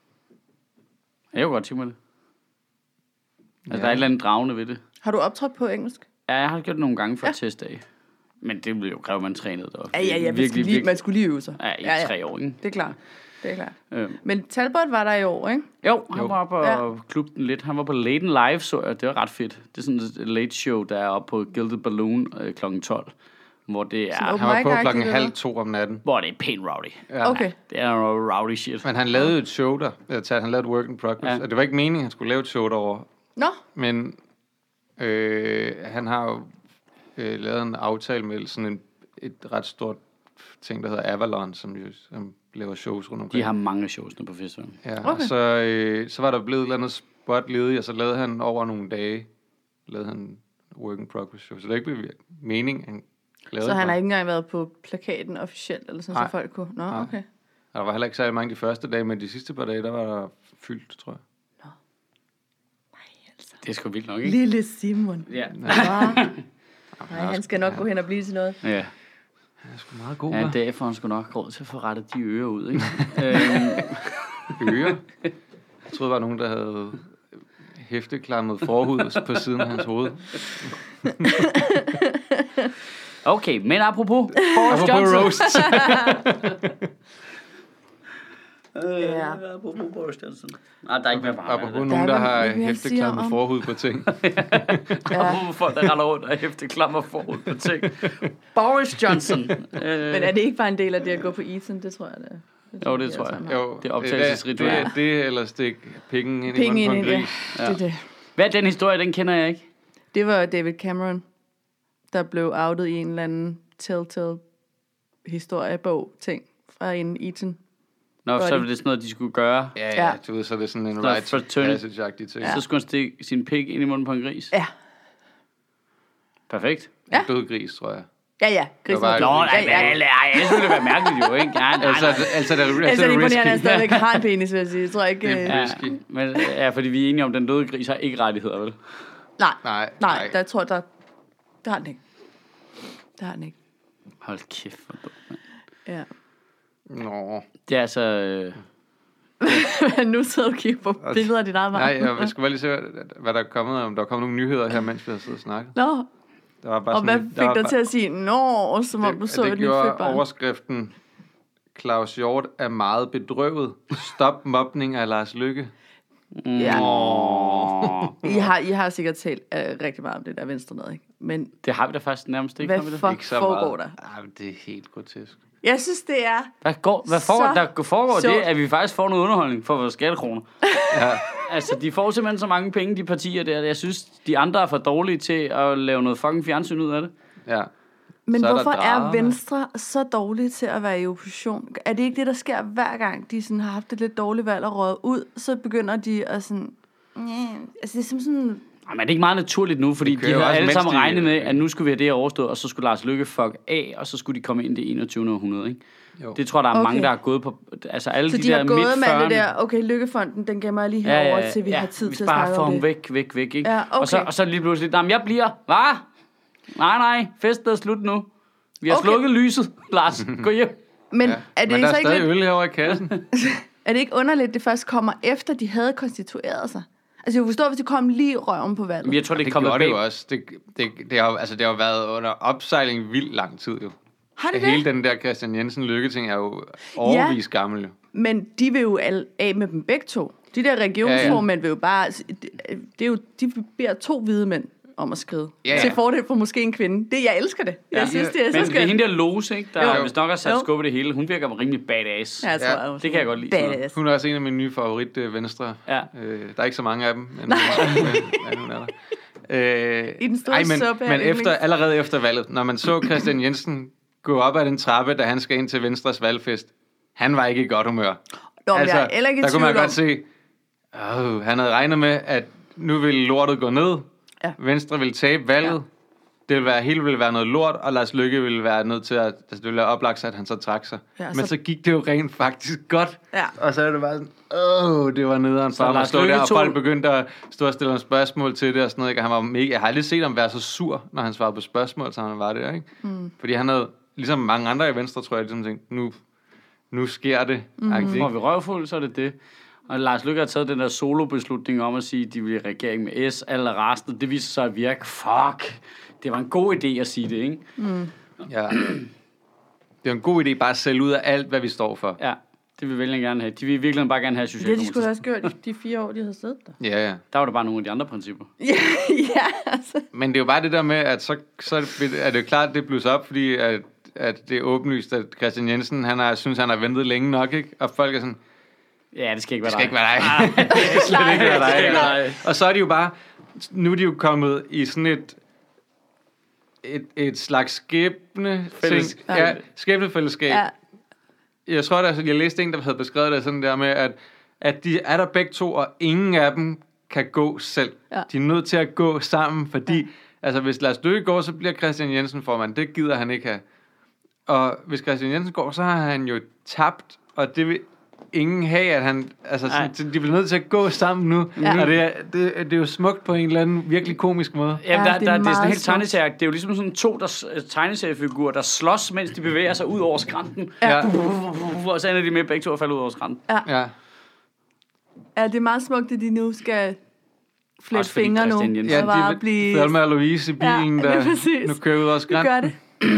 Jeg kunne godt tænke mig det. Altså, ja. Der er et eller andet dragende ved det. Har du optrådt på engelsk? Ja, jeg har gjort det nogle gange for ja. Testdag. Men det ville jo kræve, at man trænede deroppe. Ja, ja, ja. Virkelig, man, skulle lige, man skulle lige øve sig. Ja, i ja, ja. tre år, ikke? Det er klart. Det er klart. Øhm. Men Talbot var der i år, ikke? Jo, han jo. var på ja. klubben lidt. Han var på Late Live, så jeg. Det var ret fedt. Det er sådan et late show, der er oppe på Gilded Balloon øh, klokken tolv. Hvor det er... Han var på klokken halv to om natten. Hvor det er pænt rowdy. Ja. Okay. Det er rowdy shit. Men han lavede et show der. Altså, han lavede et work in progress. Ja. Og det var ikke meningen, han skulle lave et show derovre. Nå. Men øh, han har jo øh, lavet en aftale med sådan en, et ret stort ting, der hedder Avalon, som jo som laver shows rundt omkring. De har mange shows nu på festivalen. Ja, okay. Og så, øh, så var der blevet et eller andet spot ledigt, og så lavede han over nogle dage, lavede han work in progress show. Så det er ikke meningen, han lavede. Så han har ikke engang været på plakaten officielt, eller sådan, nej. Så folk kunne... Nå, nej. Okay. Og der var heller ikke særlig mange de første dage, men de sidste par dage, der var der fyldt, tror jeg. Nå. Nej, altså. Det er sgu vildt nok, ikke? Lille Simon. Ja. Nej, han skal nok gå hen og blive til noget. Ja. Han er sgu meget god, ja, hva'? det er for, han skulle nok råd til at få rettet de ører ud, ikke? øhm. Ører? Jeg troede, der var nogen, der havde hæfteklammet forhud på siden af hans hoved. Okay, men apropos Boris apropos Johnson. roasts. øh, ja. Apropos Boris Johnson. Nej, der er ikke mere bare. Apropos nogen, der har hæfteklammet forhud på ting. Ja. Apropos folk, der render rundt og hæfteklammer forhud på ting. Boris Johnson. Men er det ikke bare en del af det at gå på Eton? Det tror jeg, det er. Jo, det tror jeg. Jo, det er optagelsesritual. Det, det, det eller stik penge ind penge i munden på en gris. Ja. Det er det. Hvad er den historie? Den kender jeg ikke. Det var David Cameron, der blev outet i en eller anden telltale historiebog ting fra en Eton. Nå, så er det sådan noget, de skulle gøre. Ja, ja, du ved, så er det sådan en right passage-agtig ting. Ja. Så skulle han stikke sin pik ind i munden på en gris. Ja. Perfekt. Ja. En død gris, tror jeg. Ja, ja. Grisen var... Nå, nej, nej, nej, jeg synes, det være mærkeligt jo, ikke? Ja, nej, altså, altså, altså, det er, altså, altså, det er imponerende, at stadigvæk har en penis, vil jeg sige. Jeg tror ikke... Det er ja, men, ja, fordi vi er enige om, at den døde gris har ikke rettigheder, vel? Nej, nej, nej, der tror jeg, der... Der har den ikke. Der har den ikke. Hold kæft, for dumt, mand. Ja. Nå. Det er altså... Øh, Nu sidder du og kigger på billeder af dit eget barn. Nej, jeg, jeg skulle bare lige se, hvad der er kommet, om der er kommet nogle nyheder her, mens vi har siddet og snakket. Nå, Der var bare og hvad sådan, fik dig bare, til at sige, nå, som om du så det et gjorde nyfødt barn? overskriften, Claus Hjort er meget bedrøvet. Stop mobning af Lars Løkke. Ja. Åh. I har, I har sikkert talt uh, rigtig meget om det der venstre noget, ikke? Men Det har vi da faktisk nærmest ikke. hvad har vi det? fuck Ikke så foregår meget. der? Ej, men det er helt grotesk. Jeg synes, det er... Hvad, går, hvad foregår Så der? Foregår sjovt. det, at vi faktisk får noget underholdning for vores skattekroner? Ja. Altså, de får simpelthen så mange penge, de partier der. Jeg synes, de andre er for dårlige til at lave noget fucking fjernsyn ud af det. Ja. Men Så er der hvorfor er drama. Venstre så dårlige til at være i opposition? Er det ikke det, der sker hver gang, de sådan har haft et lidt dårligt valg og røget ud? Så begynder de at sådan... Yeah. Altså, det er som sådan... Jamen, er det ikke meget naturligt nu? Fordi Det de kører har også, alle mens sammen de- regnet med, at nu skulle vi have det her overstået, og så skulle Lars Løkke fuck af, og så skulle de komme ind i det enogtyvende århundrede, ikke? Jo. Det tror jeg, der er Okay. mange, der er gået på... Altså, alle Så de, de der har gået med midt det der, okay, Lykkefonden, den gemmer jeg lige Ja, herover, ja, til vi ja, har tid vi til at bare snakke får om ham det. væk, væk, væk, ikke? Ja, okay. og, så, og så lige pludselig, nej, men jeg bliver, hvad? Nej, nej, festen er slut nu. Vi har Okay. slukket lyset, Lars. Gå hjem. Men Ja. er det Men der så er ikke stadig lidt, øl herovre i kassen. er det ikke underligt, at det først kommer efter, de havde konstitueret sig? Altså, jeg forstår, hvis det kom lige i røven på valget. Men jeg tror, det, Det er kommet gjorde det bag. jo også. Det, det, det, har, altså, det har jo været under opsejling vildt lang tid jo. Har det Hele det? den der Christian Jensen Lykke-ting er jo overvis ja. gammel jo. Men de vil jo al- af med dem begge to. De der regionsformænd ja, ja. vil jo bare... Det, det er jo, de beder to hvide mænd om at skrive. Ja, ja. Til fordel for måske en kvinde. Det, jeg elsker det. Jeg Ja. synes, det er så Men det er skønt. hende der Lose, ikke? Der Jo. hvis nok har sat Jo. skub i det hele. Hun virker rimelig badass. Ja, jeg tror, Ja, jeg også. det kan jeg godt lide. sådan noget. Badass. Hun er også en af mine nye favorit øh, venstre. Ja. Øh, der er ikke så mange af dem, men, men, men hun er der. Øh, I den store ej, men, suppe af men yndlings. efter, allerede efter valget, når man så Christian Jensen gå op ad den trappe, da han skal ind til Venstres valgfest, han var ikke i godt humør. Nå, altså, jeg er heller ikke i der kunne man tvivl om- godt se, oh, han havde regnet med, at nu ville lortet gå ned, Ja. Venstre ville tabe valget, Ja. det ville være, hele ville være noget lort, og Lars Løkke ville være nødt til at, altså det ville være oplagt, at han så trak sig. Ja, Men så- så gik det jo rent faktisk godt. Ja. Og så er det bare sådan, åh, oh, det var nederen for ham at Lars stå Løkke der, og tog- folk begyndte at stå og stille nogle spørgsmål til det og sådan noget. Ikke? Og han var mega, jeg har aldrig set ham være så sur, når han svarede på spørgsmål, som han var der, ikke? Mm. Fordi han havde, ligesom mange andre i Venstre, tror jeg, ligesom tænkt, nu, nu sker det. Mm-hmm. Får vi røvfuld, så er det det. Og Lars Løkke har taget den der solo-beslutning om at sige, at de vil i regering med S, alle resten. Det viser sig at virke. Fuck. Det var en god idé at sige det, ikke? Ja. Det er en god idé bare at sælge ud af alt, hvad vi står for. Ja, det vil vælgerne gerne have. De vil virkelig bare gerne have Det har de Socialdemokratiet. skulle da også gjort i de fire år, de havde siddet der. Ja, ja. Der var der bare nogle af de andre principper. Ja, ja, altså. Men det er jo bare det der med, at så, så er det jo klart, at det blusser op, fordi at, at det er åbenlyst, at Christian Jensen, han har, synes, han har ventet længe nok, ikke? Og folk er sådan, Ja, det skal ikke være det skal dig. ikke være dig. det skal slet ikke være det skal ikke være dig. dig. Og så er de jo bare, nu er de jo kommet i sådan et, et, et slags skæbne, Fælles- ting. Ja, skæbnefællesskab. Ja. Jeg tror, at jeg læste en, der havde beskrevet det sådan der med, at, at de er der begge to, og ingen af dem kan gå selv. Ja. De er nødt til at gå sammen, fordi ja. altså, hvis Lars Løkke går, så bliver Christian Jensen formand. Det gider han ikke have. Og hvis Christian Jensen går, så har han jo tabt, og det vil ingen have, at han, altså sådan, de bliver nødt til at gå sammen nu, Ja. og det er, det, det er jo smukt på en eller anden virkelig komisk måde. Jamen, Ja, der, det der, er det er sådan meget helt tegneserie. Det er jo ligesom sådan to der, tegneseriefigurer, der slås, mens de bevæger sig ud over skrænten. Ja. Og så ender de med begge to at falde ud over skrænten. Ja. Ja, det er meget smukt, at de nu skal flette Også fordi fingre nu. Christian Jensen- Ja, og bare de blive... Thelma og Louise i bilen, Ja, der lige præcis. nu kører ud over Vi skrænten. gør det.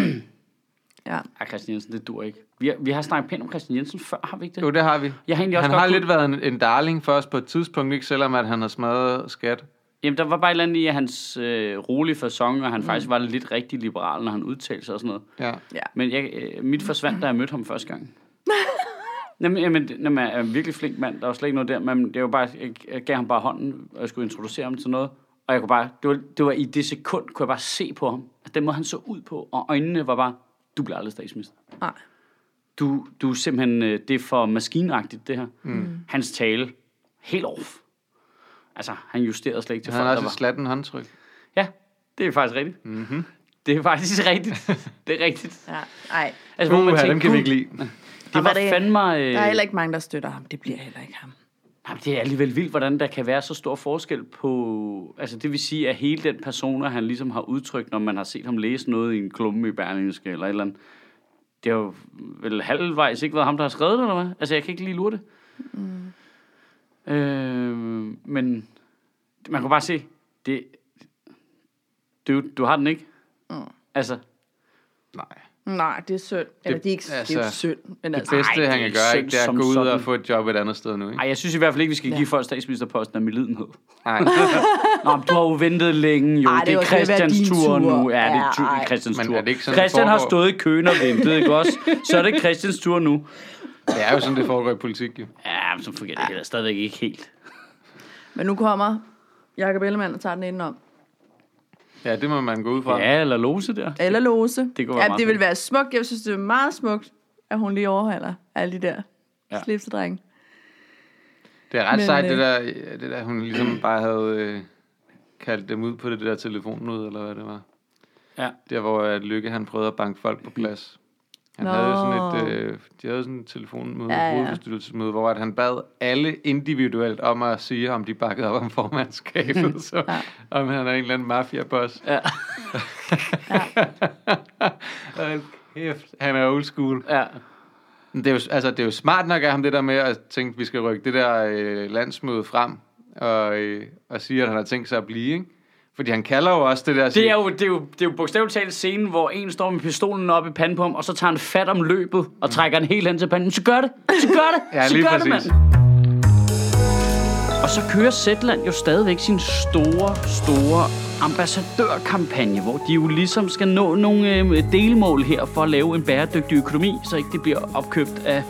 Ja. Ja, Christian Jensen, det dur ikke. Vi har, vi har snakket pænt om Christian Jensen før, har vi ikke det? Jo, det har vi. Jeg har egentlig også Han godt har kunne- lidt været en, en darling for os på et tidspunkt, ikke selvom at han har smadret skat. Jamen, der var bare et eller andet i hans øh, rolige facon, og han mm. faktisk var lidt rigtig liberal, når han udtalte sig og sådan noget. Ja. Ja. Men jeg, øh, mit forsvandt, da jeg mødte ham første gang. Jamen, jamen, når man er en virkelig flink mand, der var slet ikke noget der, men det var bare, jeg, jeg gav ham bare hånden, og jeg skulle introducere ham til noget, og jeg kunne bare, det var, det var i det sekund, kunne jeg bare se på ham, at den måde han så ud på, og øjnene var bare, du bliver aldrig statsminister. Nej. Du, du er simpelthen, øh, det er for maskinagtigt, det her. Mm. Hans tale, helt off. Altså, han justerede slet ikke til Han folk, har der også var. et slatten håndtryk. Ja, det er faktisk rigtigt. Mm-hmm. Det er faktisk rigtigt. Det er rigtigt. Ja. Ej. Altså, hvor man Uh, tænker, dem kan vi ikke lide. det var Og hvad er det? fandme... Øh, Der er heller ikke mange, der støtter ham. Det bliver heller ikke ham. Jamen, det er alligevel vildt, hvordan der kan være så stor forskel på... Altså, det vil sige, at hele den persona, han ligesom har udtrykt, når man har set ham læse noget i en klumme i Berlingske eller et eller andet, det har jo vel halvvejs ikke været ham, der har skrevet det, eller hvad? Altså, jeg kan ikke lige lure det. Mm. Øh, men man kan bare se, det, du, du har den ikke. Mm. Altså. Nej. Nej, det er synd. Eller det er ikke altså, det er synd. Men det altså, bedste, ej, han kan gøre, ikke, det er at gå ud sådan. og få et job et andet sted nu. Ikke? Ej, jeg synes i hvert fald ikke, vi skal ja. give folk statsministerposten af medlidenhed. Nej. Nå, men du har jo ventet længe, jo. Ej, det, det er Christians tur, tur nu. Ja, det er tu- ja, Christians men tur. er det ikke sådan, Christian det har stået i køen og ventet, ikke også? Så er det Christians tur nu. Det er jo sådan, det foregår i politik, jo. Ja, men så fungerer det heller stadigvæk ikke helt. Men nu kommer Jakob Ellemann og tager den indenom. Ja, det må man gå ud fra. Ja, eller Lose der. Eller Lose. Det kunne være ja, meget det vil fint. være smukt. Jeg synes, det er meget smukt, at hun lige overholder alle de der Ja. slipsedrenge. Det er ret Men, sejt, øh, det der, det der, hun ligesom bare havde øh, kaldt dem ud på det der telefonnød, eller hvad det var. Ja. Der, hvor at Lykke, han prøvede at banke folk på plads. Han Nå. havde sådan et, øh, de havde sådan et telefonmøde, Ja, ja. hovedbestyrelsesmøde, hvor at han bad alle individuelt om at sige, om de bakkede op om formandskabet, så Ja. om han er en eller anden mafia-boss. Ja. Hold kæft, han er old school. Ja. Men det er, jo, altså, det er jo smart nok af ham, det der med at tænke, at vi skal rykke det der øh, landsmøde frem, og, øh, og sige, at han har tænkt sig at blive, ikke? Fordi han kalder jo også det der... Det er jo, det er jo, det er jo bogstaveligt talt scenen, hvor en står med pistolen op i panden på ham, og så tager han fat om løbet, og mm. trækker den helt hen til panden. Så gør det! Så gør det! Ja, så lige gør præcis. det, mand! Og så kører Zetland jo stadigvæk sin store, store ambassadørkampagne, hvor de jo ligesom skal nå nogle øh, delmål her for at lave en bæredygtig økonomi, så ikke det bliver opkøbt af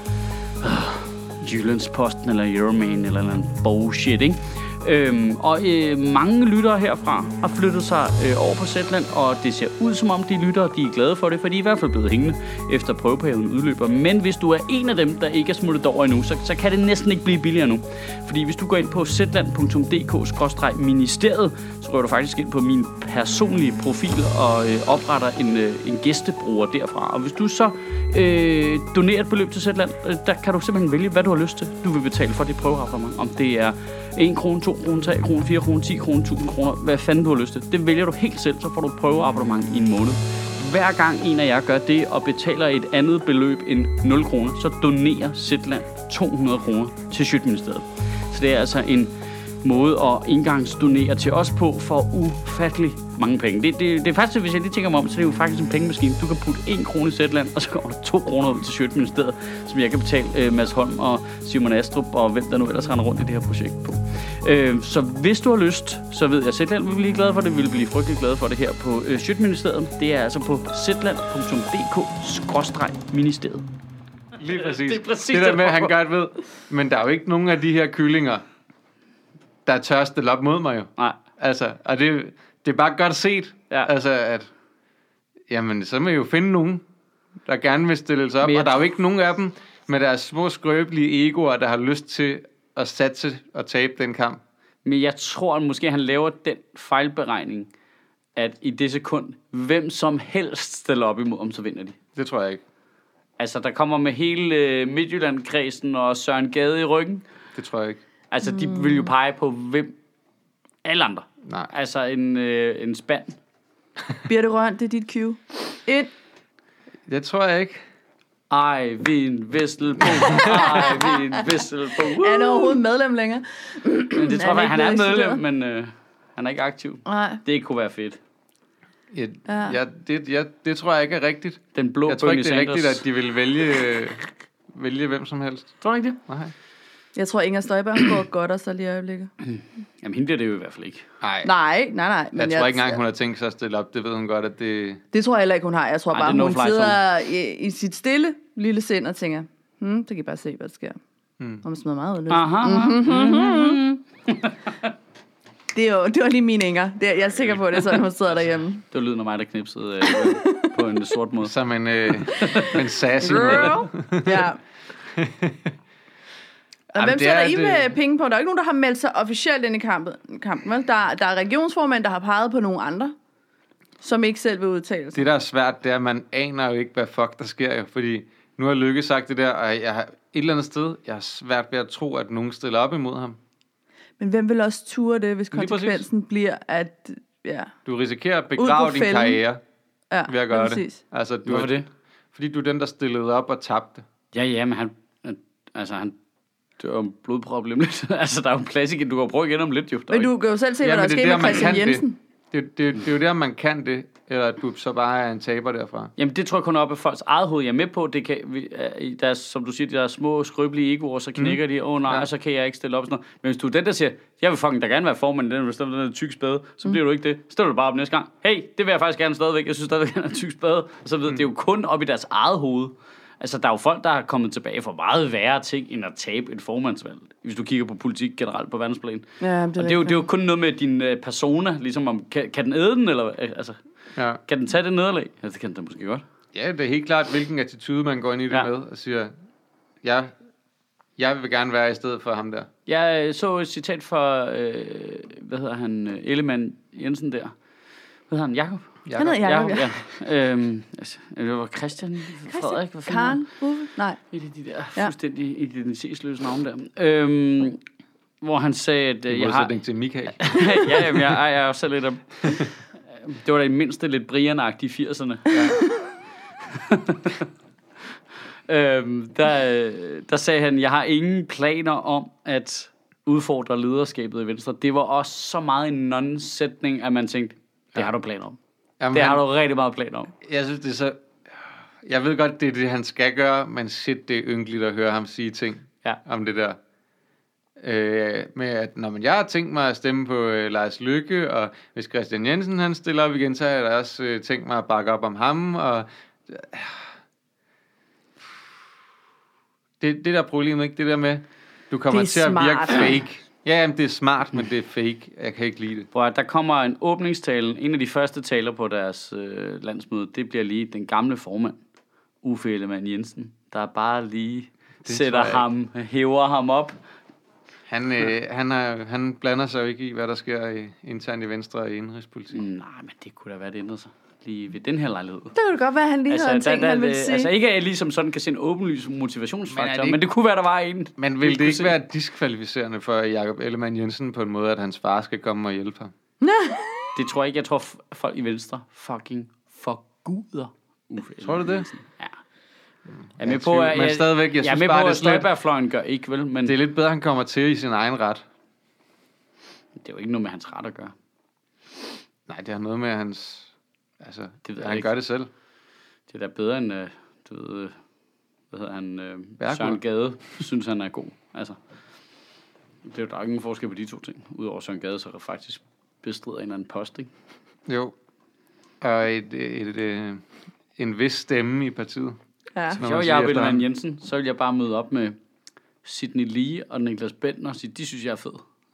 øh, Jyllandsposten eller Euroman eller noget bullshit, ikke? Øhm, og øh, mange lyttere herfra har flyttet sig øh, over på Zetland, og det ser ud som om de lyttere, de er glade for det, for de er i hvert fald blevet hængende efter prøveperioden udløber. Men hvis du er en af dem, der ikke er smuttet over endnu, så, så kan det næsten ikke blive billigere nu. Fordi hvis du går ind på zetland punktum d k skråstreg ministeriet, så går du faktisk ind på min personlige profil og øh, opretter en, øh, en gæstebruger derfra. Og hvis du så øh, donerer et beløb til Zetland, øh, der kan du simpelthen vælge, hvad du har lyst til. Du vil betale for det prøveabonnement. Om det er en krone, to kroner, tre kroner, fire kroner, ti kroner, tusind kroner, hvad fanden du har lyst til. Det vælger du helt selv, så får du et prøveabonnement i en måned. Hver gang en af jer gør det og betaler et andet beløb end nul kroner, så donerer Zetland to hundrede kroner til Sjøtministeriet. Så det er altså en måde at engangsdonere til os på for ufattelig mange penge. Det, det, det er faktisk, hvis jeg lige tænker mig om, så det er jo faktisk en pengemaskine. Du kan putte en krone i Zetland, og så kommer der to kroner ud til Sjøtministeriet, som jeg kan betale øh, Mads Holm og Simon Astrup og hvem der nu ellers render rundt i det her projekt på. Øh, så hvis du har lyst, så ved jeg, at Zetland vil blive glad for det. Vi vil blive frygtelig glade for det her på øh, Sjøtministeriet. Det er altså på zetland punktum d k skråstreg ministeriet. Lige præcis. Det er præcis det der med, det, han godt ved. Men der er jo ikke nogen af de her kyllinger, der tør stille op mod mig jo. Nej. Altså, og det, det er bare godt set. Ja. Altså, at jamen, så må jeg jo finde nogen, der gerne vil stille sig op. Men jeg Og der er jo ikke nogen af dem med deres små skrøbelige egoer, der har lyst til at satse og tabe den kamp. Men jeg tror, at måske han laver den fejlberegning, at i det sekund, hvem som helst stiller op imod om, så vinder de. Det tror jeg ikke. Altså, der kommer med hele øh, Midtjylland-kredsen og Søren Gade i ryggen. Det tror jeg ikke. Altså, de vil jo pege på hvem? Alle andre. Nej. Altså, en, øh, en spand. Birte Røn, det er dit cue. Ind. Det tror jeg ikke. Ej, vin, Vesselbo. Ej, vin, Vesselbo. Er han overhovedet medlem længere? Men det tror Er han jeg, han ikke er blevet medlem, ekskluderet? men øh, han er ikke aktiv. Nej. Det kunne være fedt. Ja, Ja. ja, det, ja, det tror jeg ikke er rigtigt. Den blå Jeg tror ikke, det er Bernie rigtigt, Sanders. at de vil vælge, øh, vælge hvem som helst. Tror du ikke det? Nej. Jeg tror, Inger Støjberg hun går godt og så lige i øjeblikket. Jamen, hende bliver det jo i hvert fald ikke. Nej. Nej, nej, nej. Jeg tror ikke engang, hun har tænkt sig at stille op. Det ved hun godt, at det... Det tror jeg heller ikke, hun har. Jeg tror Ej, bare, det er hun no-fly sidder i, i sit stille lille sind og tænker, hmm, det kan I bare se, hvad der sker. Hmm. Og man smider meget ud. Aha. Mm-hmm. Det, er jo, det var lige min Inger. Det er, jeg er sikker på, at det er sådan, hun sidder derhjemme. Det var lyden af mig, der knipsede øh, på en sort måde. Som en, øh, en sassy måde. Girl. Ja. Og Jamen, hvem det sætter er I det- med penge på? Der er ikke nogen, der har meldt sig officielt ind i kampen. kampen vel? Der, der er regionsformænd, der har peget på nogle andre, som ikke selv vil udtale sig. Det, der er svært, det er, at man aner jo ikke, hvad fuck der sker jo. Fordi nu har Lykke sagt det der, og jeg har et eller andet sted, jeg har svært ved at tro, at nogen stiller op imod ham. Men hvem vil også ture det, hvis Lige præcis. konsekvensen bliver, at... Ja, Du risikerer at Ud begrave på din fælden. karriere ja ved at gøre det. præcis. Altså, du Hvorfor er, det? Fordi du er den, der stillede op og tabte. Ja, ja, men han... Altså, han dør om blodprop lige lidt. Altså, der er jo en plads igen. Du kan prøve igen om lidt, jo. Men du kan jo selv se, hvad der er sket med Christian Jensen. Det, det, det er jo der, man kan det, eller at du så bare er en taber derfra. Jamen, det tror jeg kun er op af folks eget hoved. Jeg er med på, det kan, i deres, som du siger, de der små, skrøbelige egoer, så knækker mm. de, åh oh, nej, ja. Så kan jeg ikke stille op sådan noget. Men hvis du er den, der siger, jeg vil fucking da gerne være formand, den vil stille den der tyk spade, så mm. bliver du ikke det. Så stiller du bare op næste gang. Hey, det vil jeg faktisk gerne stadigvæk. Jeg synes stadigvæk, at er tyk spade. Og så videre. Mm. Det er jo kun op i deres eget hoved. Altså, der er jo folk, der er kommet tilbage for meget værre ting, end at tabe et formandsvalg. Hvis du kigger på politik generelt på verdensplan. Ja, det, er og det, er jo, det er jo kun noget med din uh, persona, ligesom om, kan, kan den æde den, eller altså, ja. Kan den tage det nederlag? Ja, det kan den måske godt. Ja, det er helt klart, hvilken attitude man går ind i det ja. med, og siger, ja, jeg vil gerne være i stedet for ham der. Jeg så et citat fra, øh, hvad hedder han, Ellemann Jensen der. Hvad hedder han, Jakob? Han hedder Jacob, ja. ja. Øhm, altså, det var Christian, Christian Frederik, hvad fanden Karen, Uffe, nej. Et af de der ja. fuldstændig identitetsløse navne der. Øhm, hvor han sagde, at... I jeg har... til Michael. ja, jamen, jeg, jeg er jo selv lidt af... Det var da i mindste lidt Brian-agtige i firserne. Ja. øhm, der, der sagde han, jeg har ingen planer om at udfordre lederskabet i Venstre. Det var også så meget en non-sætning, at man tænkte, det ja. har du planer om. Jamen, det har du rigtig meget planer om. Jeg synes, det er så... Jeg ved godt, det er det, han skal gøre, men shit, det er ynkeligt at høre ham sige ting ja. om det der. Øh, med at, når man, jeg har tænkt mig at stemme på øh, Lars Løkke, og hvis Christian Jensen han stiller op igen, så har jeg da også øh, tænkt mig at bakke op om ham, og... Øh, det, det der problemet, ikke? Det der med, du kommer til at virke fake. Ja, jamen, det er smart, men det er fake. Jeg kan ikke lide det. Bro, der kommer en åbningstale. En af de første taler på deres øh, landsmøde, det bliver lige den gamle formand, Uffe Ellemann Jensen, der bare lige det sætter ham, hæver ham op. Han, øh, han, er, han blander sig jo ikke i, hvad der sker i, internt i Venstre og i indrigspolitik. Nej, men det kunne da være, det ændrede sig lige ved den her lejlighed. Det kunne godt være, at han lige altså, havde en ting, der, der, han ville sige. Altså ikke at ligesom sådan kan se en åbenlys motivationsfaktor, men, det, men det kunne være, der var en. Men vil det ikke se. være diskvalificerende for Jakob Ellemann Jensen på en måde, at hans far skal komme og hjælpe ham? Det tror jeg ikke. Jeg tror, folk i Venstre fucking forguder Uffe Tror du det? Jensen. Ja. Jeg er med på, at, men stadigvæk, jeg, jeg synes er med bare, på, at Støjberg-fløjen gør ikke, vel? Men det er lidt bedre, at han kommer til i sin egen ret. Det er jo ikke noget med hans ret at gøre. Nej, det har noget med hans... Altså, det ved han ikke. gør det selv. Det er da bedre end, øh, du ved, hvad hedder han, øh, Søren Gade, synes han er god. Altså, det er jo, der er ingen forskel på de to ting. Udover Søren Gade, så er der faktisk bestrider en eller anden post, ikke? Jo. Og et, et, et, et, en vis stemme i partiet. Ja. Så var jeg Ellemann Jensen, så vil jeg bare møde op med Sidney Lee og Niklas Bentner og sige, de synes, jeg er fed.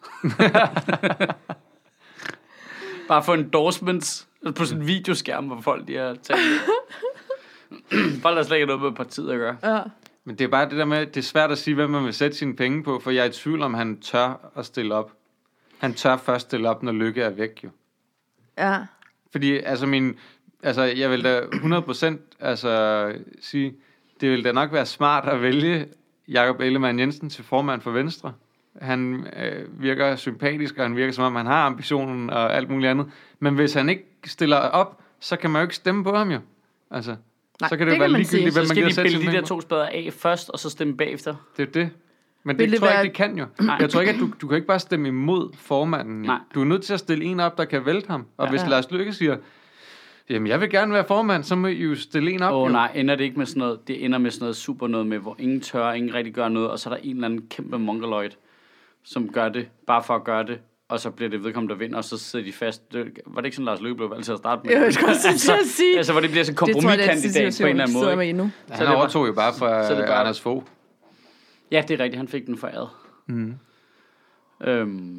Bare få endorsements på sådan en videoskærm, hvor folk de har talt. Folk der slet ikke noget med partiet at gøre. Ja. Men det er bare det der med, det er svært at sige, hvem man vil sætte sine penge på, for jeg er i tvivl om, han tør at stille op. Han tør først stille op, når Lykke er væk, jo. Ja. Fordi, altså min, altså jeg vil da hundrede procent altså sige, det vil da nok være smart at vælge Jakob Ellemann Jensen til formand for Venstre. Han øh, virker sympatisk, og han virker som om, han har ambitionen og alt muligt andet. Men hvis han ikke stiller op, så kan man jo ikke stemme på ham jo. Altså, nej, så kan det, det jo være ligegyldigt, hvem man gider sætte. Så skal de pille de der to spader af først, og så stemme bagefter. Det er det. Men det, det tror jeg ikke, det kan jo. Nej. Jeg tror ikke, at du, du kan ikke bare stemme imod formanden. Jo. Du er nødt til at stille en op, der kan vælte ham. Og ja. hvis Lars Løkke siger, jamen jeg vil gerne være formand, så må I jo stille en op. Åh oh, nej, ender det ikke med sådan noget, det ender med sådan noget super noget med, hvor ingen tør, ingen rigtig gør noget, og så er der en eller anden kæmpe mongoloid, som gør det, bare for at gøre det, og så bliver det vedkommende, der vinder, og så sidder de fast. Det, var det ikke sådan, Lars Løkke blev valgt til at starte med? Jeg vil godt altså, at sige. Altså, hvor det bliver sådan en kompromiskandidat på en eller anden måde. Med endnu. Ja, han overtog jo bare fra bare, Anders Fogh. Ja, det er rigtigt, han fik den foræret. Mm. Øhm.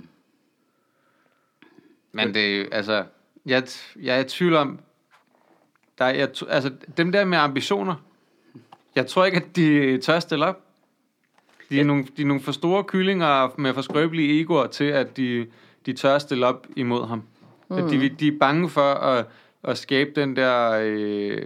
Men det er altså, jeg, jeg er i tvivl om, der er, jeg, altså dem der med ambitioner, jeg tror ikke, at de tør stille op. De er, ja. nogle, de er nogle for store kyllinger med for skrøbelige egoer til, at de, de tør stille op imod ham. Mm. De, de er bange for at, at skabe den der, øh,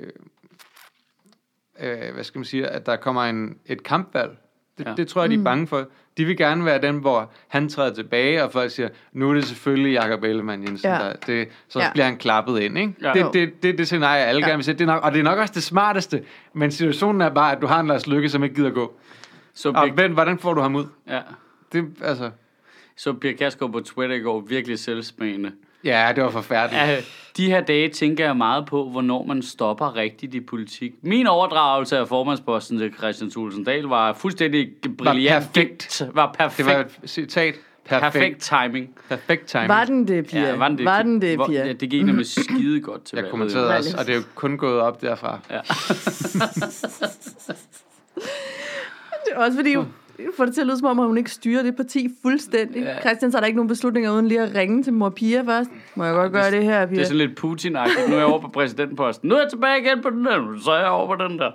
øh, hvad skal man sige, at der kommer en, et kampvalg. Det, ja. det tror jeg, de er bange for. De vil gerne være den, hvor han træder tilbage, og folk siger, nu er det selvfølgelig Jakob Ellemann Jensen, ja. der, det, så ja. bliver han klappet ind. Ikke? Ja. Det er det, det, det scenarie, alle ja. gerne vil se. Det er nok, og det er nok også det smarteste, men situationen er bare, at du har en Lars Løkke, som ikke gider gå. Så Og Pia, vent, hvordan får du ham ud? ja. Det, altså... Så Pia Kjærsgaard på Twitter i går virkelig selvsmagende. Ja, det var forfærdeligt. Ja, de her dage tænker jeg meget på, hvornår man stopper rigtigt i politik. Min overdragelse af formandsposten til Christian Thulesen Dahl var fuldstændig brilliant. Var perfekt. Var perfekt. Det var et citat. Perfekt. Perfekt timing. Perfekt timing. Var den det, Pia? Ja, var den det, var den det, Hvor- Pia? Ja, det gik nemlig skide godt til Jeg valget. kommenterede også, og det er jo kun gået op derfra. Ja. Det er også fordi, hun får det til at lyde som om, at hun ikke styrer det parti fuldstændig. Ja. Christian, så er der ikke nogen beslutninger uden lige at ringe til mor Pia først. Må jeg godt gøre det her, Pia? Det er sådan lidt Putin-agtigt. Nu er jeg over på præsidentposten. Nu er jeg tilbage igen på den der. Så er jeg over på den der.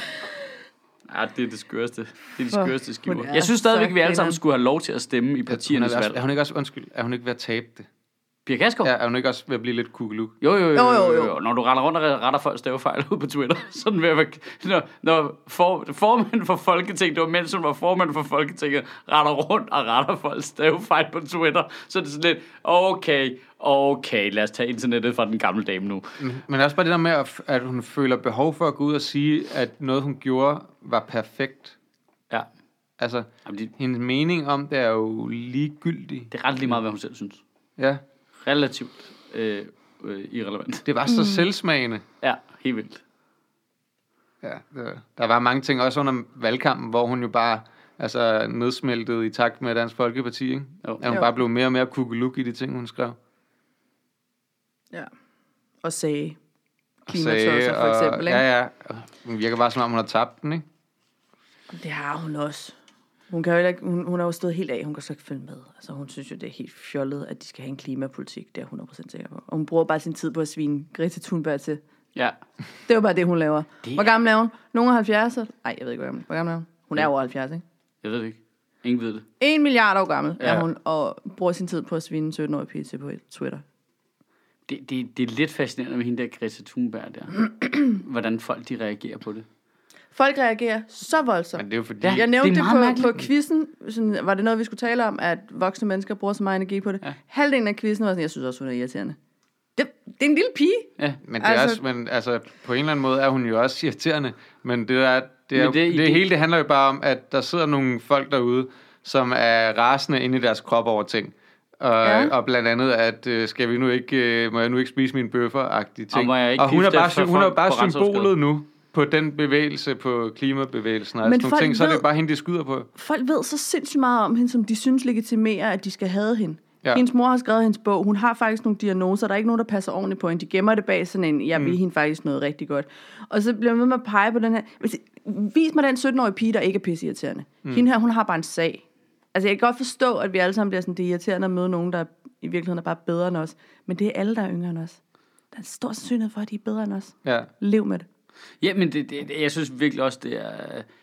Ja, det er det skørste. Det er de Hvor skørste skiver. hun er Jeg synes stadigvæk, så vi alle sammen grineren. skulle have lov til at stemme i Hun er, partiernes også, valg. er hun ikke også, undskyld, er hun ikke ved at tabe det? Pia Kjærsgaard? Ja, er hun ikke også ved at blive lidt kugeluk? Jo, jo, jo, Jo, jo, jo, jo. jo. Når du retter rundt og retter folk stavefejl ud på Twitter, sådan ved at være, når, når for, formanden for Folketinget, det var mens hun var formand for Folketinget, retter rundt og retter folk stavefejl på Twitter, så er det sådan lidt, okay, okay, lad os tage internettet fra den gamle dame nu. Men også bare det der med, at, at hun føler behov for at gå ud og sige, at noget hun gjorde var perfekt. Ja, Altså, jamen, det, hendes mening om det er jo ligegyldig. det er ret lige meget, hvad hun selv synes. Ja, Relativt øh, øh, irrelevant. det var så mm. selvsmagende. Ja, helt vildt. Ja, der, der var mange ting, også under valgkampen, hvor hun jo bare altså, nedsmeltede i takt med Dansk Folkeparti, ikke? Jo. At hun Jo. bare blev mere og mere kugeluk i de ting, hun skrev. Ja. Og sagde Og klimatosser for eksempel, ikke? Ja, ja. Hun virker bare som om, hun har tabt den, ikke? Det har hun også. Hun, kan jo heller ikke, hun, hun har jo stået helt af, hun kan så ikke følge med. Altså, hun synes jo, det er helt fjollet, at de skal have en klimapolitik. Det er jeg hundrede procent sikker på. Og hun bruger bare sin tid på at svine Greta Thunberg til. Ja. Det er jo bare det, hun laver. Det Hvor er- gammel er hun? Nogen er halvfjerds? Nej, jeg ved ikke, hvor gammel, hvor gammel er hun. Hun er over halvfjerds, ikke? Jeg ved det ikke. Ingen ved det. En milliard år gammel Ja. er hun, og bruger sin tid på at svine en sytten-årig pige til på Twitter. Det, det, det er lidt fascinerende med hende der Greta Thunberg der. Hvordan folk de reagerer på det. Folk reagerer så voldsomt. Men det er jo fordi... Ja. Jeg nævnte det det, er det meget på, på mærkeligt. quizzen. Sådan, var det noget, vi skulle tale om, at voksne mennesker bruger så meget energi på det? Ja. Halvdelen af quizzen var sådan, jeg synes også, hun er irriterende. Det, det er en lille pige. Ja. Men det er Altså- også, men altså, på en eller anden måde er hun jo også irriterende. Men det er, det, er Men jo, det- det, det det- hele det handler jo bare om, at der sidder nogle folk derude, som er rasende inde i deres krop over ting. Og, Ja. og blandt andet, at øh, skal vi nu ikke, øh, må jeg nu ikke spise mine bøffer-agtige ting. Og må jeg ikke og hun er gifte bare, efter sy- hun er folk bare på symbolet retsafsked? nu på den bevægelse, på klimabevægelsen og Men sådan nogle folk ting. Så er det ved- jo bare hende, de skyder på. Folk ved så sindssygt meget om hende, som de synes legitimerer, at de skal have hende. Ja. Ja. Hendes mor har skrevet hendes bog. Hun har faktisk nogle diagnoser. Der er ikke nogen, der passer ordentligt på hende. De gemmer det bag sådan en, jeg vil Mm. hende faktisk noget rigtig godt. Og så bliver man ved med at pege på den her. Hvis- Vis mig den sytten-årige pige, der ikke er pisseirriterende. Mm. Hende her, hun har bare en sag. Altså, jeg kan godt forstå, at vi alle sammen bliver sådan, det er irriterende at møde nogen, der i virkeligheden er bare bedre end os. Men det er alle, der er yngre end os. Der er en stor sandsynlighed for, at de er bedre end os. Ja. Lev med det. Ja, men det, det, det, jeg synes virkelig også, det er...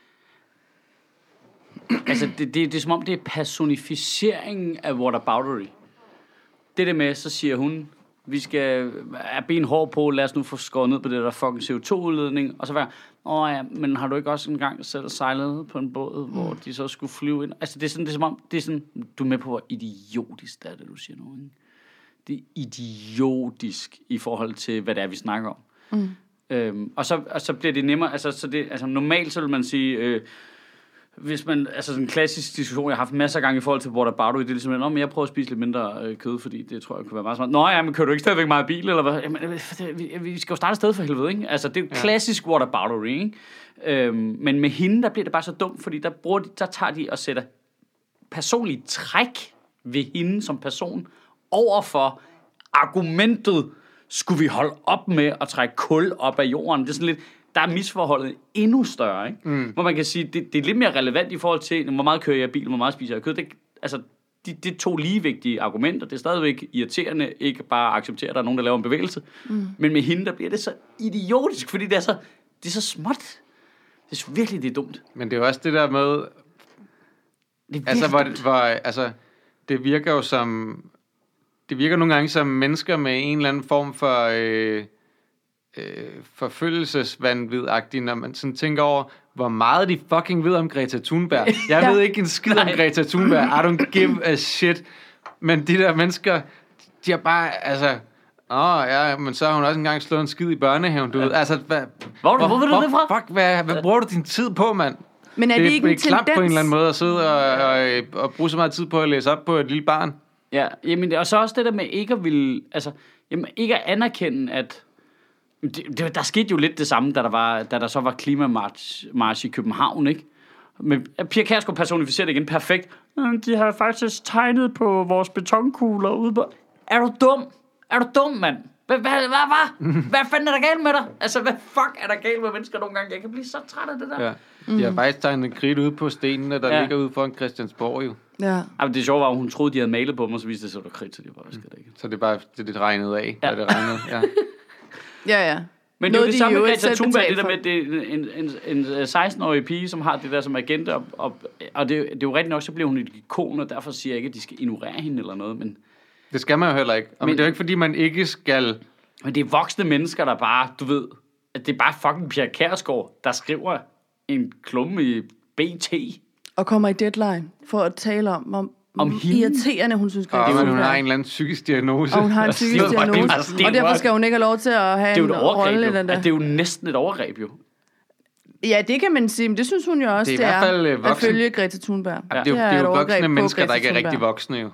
Altså, det, det, det er som om, det er personificeringen af whataboutery. Det der med, så siger hun, vi skal have ben hård på, lad os nu få skåret ned på det der fucking C O to udledning, og så være, åh ja, men har du ikke også engang selv sejlet på en båd, mm. hvor de så skulle flyve ind? Altså, det er sådan, det er som om, det er sådan, du er med på, hvor idiotisk det er, det du siger nu, ikke? Det er idiotisk i forhold til, hvad det er, vi snakker om. Mm. Øhm, og, så, og så bliver det nemmere, altså, så det, altså normalt så vil man sige, øh, hvis man, altså sådan en klassisk diskussion, jeg har haft masser af gange i forhold til whataboutery, det er ligesom, at jeg prøver at spise lidt mindre øh, kød, fordi det tror jeg kunne være meget smart. Nå ja, men kører du ikke stadigvæk meget bil, eller hvad? Jamen, det, vi, vi skal jo starte et sted for helvede, ikke? Altså, det er jo Ja. klassisk whataboutery, ikke? Øhm, men med hende, der bliver det bare så dumt, fordi der, bruger de, der tager de og sætter personlige træk ved hende som person over for argumentet, skulle vi holde op med at trække kul op af jorden. Det er sådan lidt, der er misforholdet endnu større, ikke? Mm. Hvor man kan sige, det, det er lidt mere relevant i forhold til, hvor meget kører jeg i bil, hvor meget spiser jeg kød. Det, altså, det de to ligevigtige argumenter. Det er stadigvæk irriterende, ikke bare at acceptere, at der er nogen, der laver en bevægelse. Mm. Men med hende, der bliver det så idiotisk, fordi det er så, det er så småt. Det er virkelig, det er dumt. Men det er jo også det der med, Det er altså, hvor, dumt. hvor, altså, det virker jo som, det virker nogle gange som mennesker med en eller anden form for øh, øh, forfølgelsesvandvid-agtigt, når man sådan tænker over, hvor meget de fucking ved om Greta Thunberg. Jeg Ja. ved ikke en skid om Greta Thunberg. I don't give a shit. Men de der mennesker, de har bare, altså, åh oh, ja, men så har hun også engang slået en skid i børnehaven, du ja. ved. Altså, hvad, Hvor, hvor, hvor ved du det fra? Fuck, hvad, hvad bruger du din tid på, mand? Men er det, det ikke en det er klart tendens? på en eller anden måde at sidde og, og, og bruge så meget tid på at læse op på et lille barn. Ja, jamen, og så også det der med ikke at ville, altså, jamen, ikke at anerkende, at det, det, der skete jo lidt det samme, da der, var, da der så var klimamarch march i København, ikke? Men Pia Kjærsgaard personificerer det igen perfekt. De har faktisk tegnet på vores betonkugler ude på... Er du dum? Er du dum, mand? Hvad, hvad, hvad, hvad? Hvad fanden er der galt med dig? Altså, hvad fuck er der galt med mennesker nogle gange? Jeg kan blive så træt af det der. Ja. De har faktisk tegnet kridt ude på stenene, der ja. ligger ude foran Christiansborg, jo. Ja. Jamen, det sjove var, at hun troede, de havde malet på dem, og så viste det sig, at det var kridt, så de bare skal det ikke. Så det er bare det, det regnede af, ja. da det regnede. Ja, ja. ja. Men Noget, det er jo det samme med de Greta Thunberg, det der for. med det, en, en, en seksten-årig pige, som har det der som agenda, og, og, og det, det er jo rigtigt nok, så bliver hun et ikon, og derfor siger jeg ikke, at de skal ignorere hende eller noget, men... Det skal man jo heller ikke. Og men det er jo ikke, fordi man ikke skal... Men det er voksne mennesker, der bare, du ved, at det er bare fucking Pia Kjærsgaard, der skriver en klumme i B T. Og kommer i Deadline for at tale om, om, om irriterende, hun synes, og hun har en eller anden psykisk diagnose. Og hun har en psykisk diagnose, og derfor skal hun ikke have lov til at have en rolle i den der. Det er jo næsten et overgreb, jo. Ja, det kan man sige, men det synes hun jo også, det er, det er i hvert fald at følge Greta Thunberg. Ja, det er jo, det er jo voksne mennesker, der ikke er rigtig voksne, jo.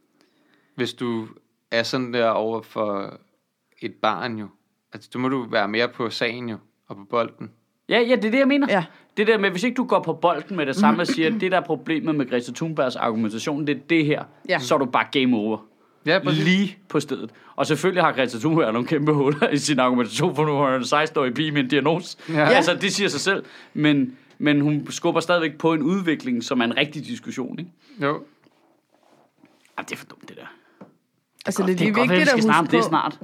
Hvis du er sådan der over for et barn, jo. Altså, du må du være mere på sagen, jo, og på bolden. Ja, ja, det er det, jeg mener. Ja. Det der med, hvis ikke du går på bolden med det samme og siger, at det der er problemet med Greta Thunbergs argumentation, det er det her, ja. så er du bare game over. Ja, lige på stedet. Og selvfølgelig har Greta Thunberg nogle kæmpe huller i sin argumentation, for nu har hun en seksten-årig pige med en diagnose. Ja. Altså, det siger sig selv. Men, men hun skubber stadigvæk på en udvikling, som er en rigtig diskussion, ikke? Jo. Jamen, det er for dumt, det der. Altså, det er, det er godt, vigtigt at huske på. Det er snart.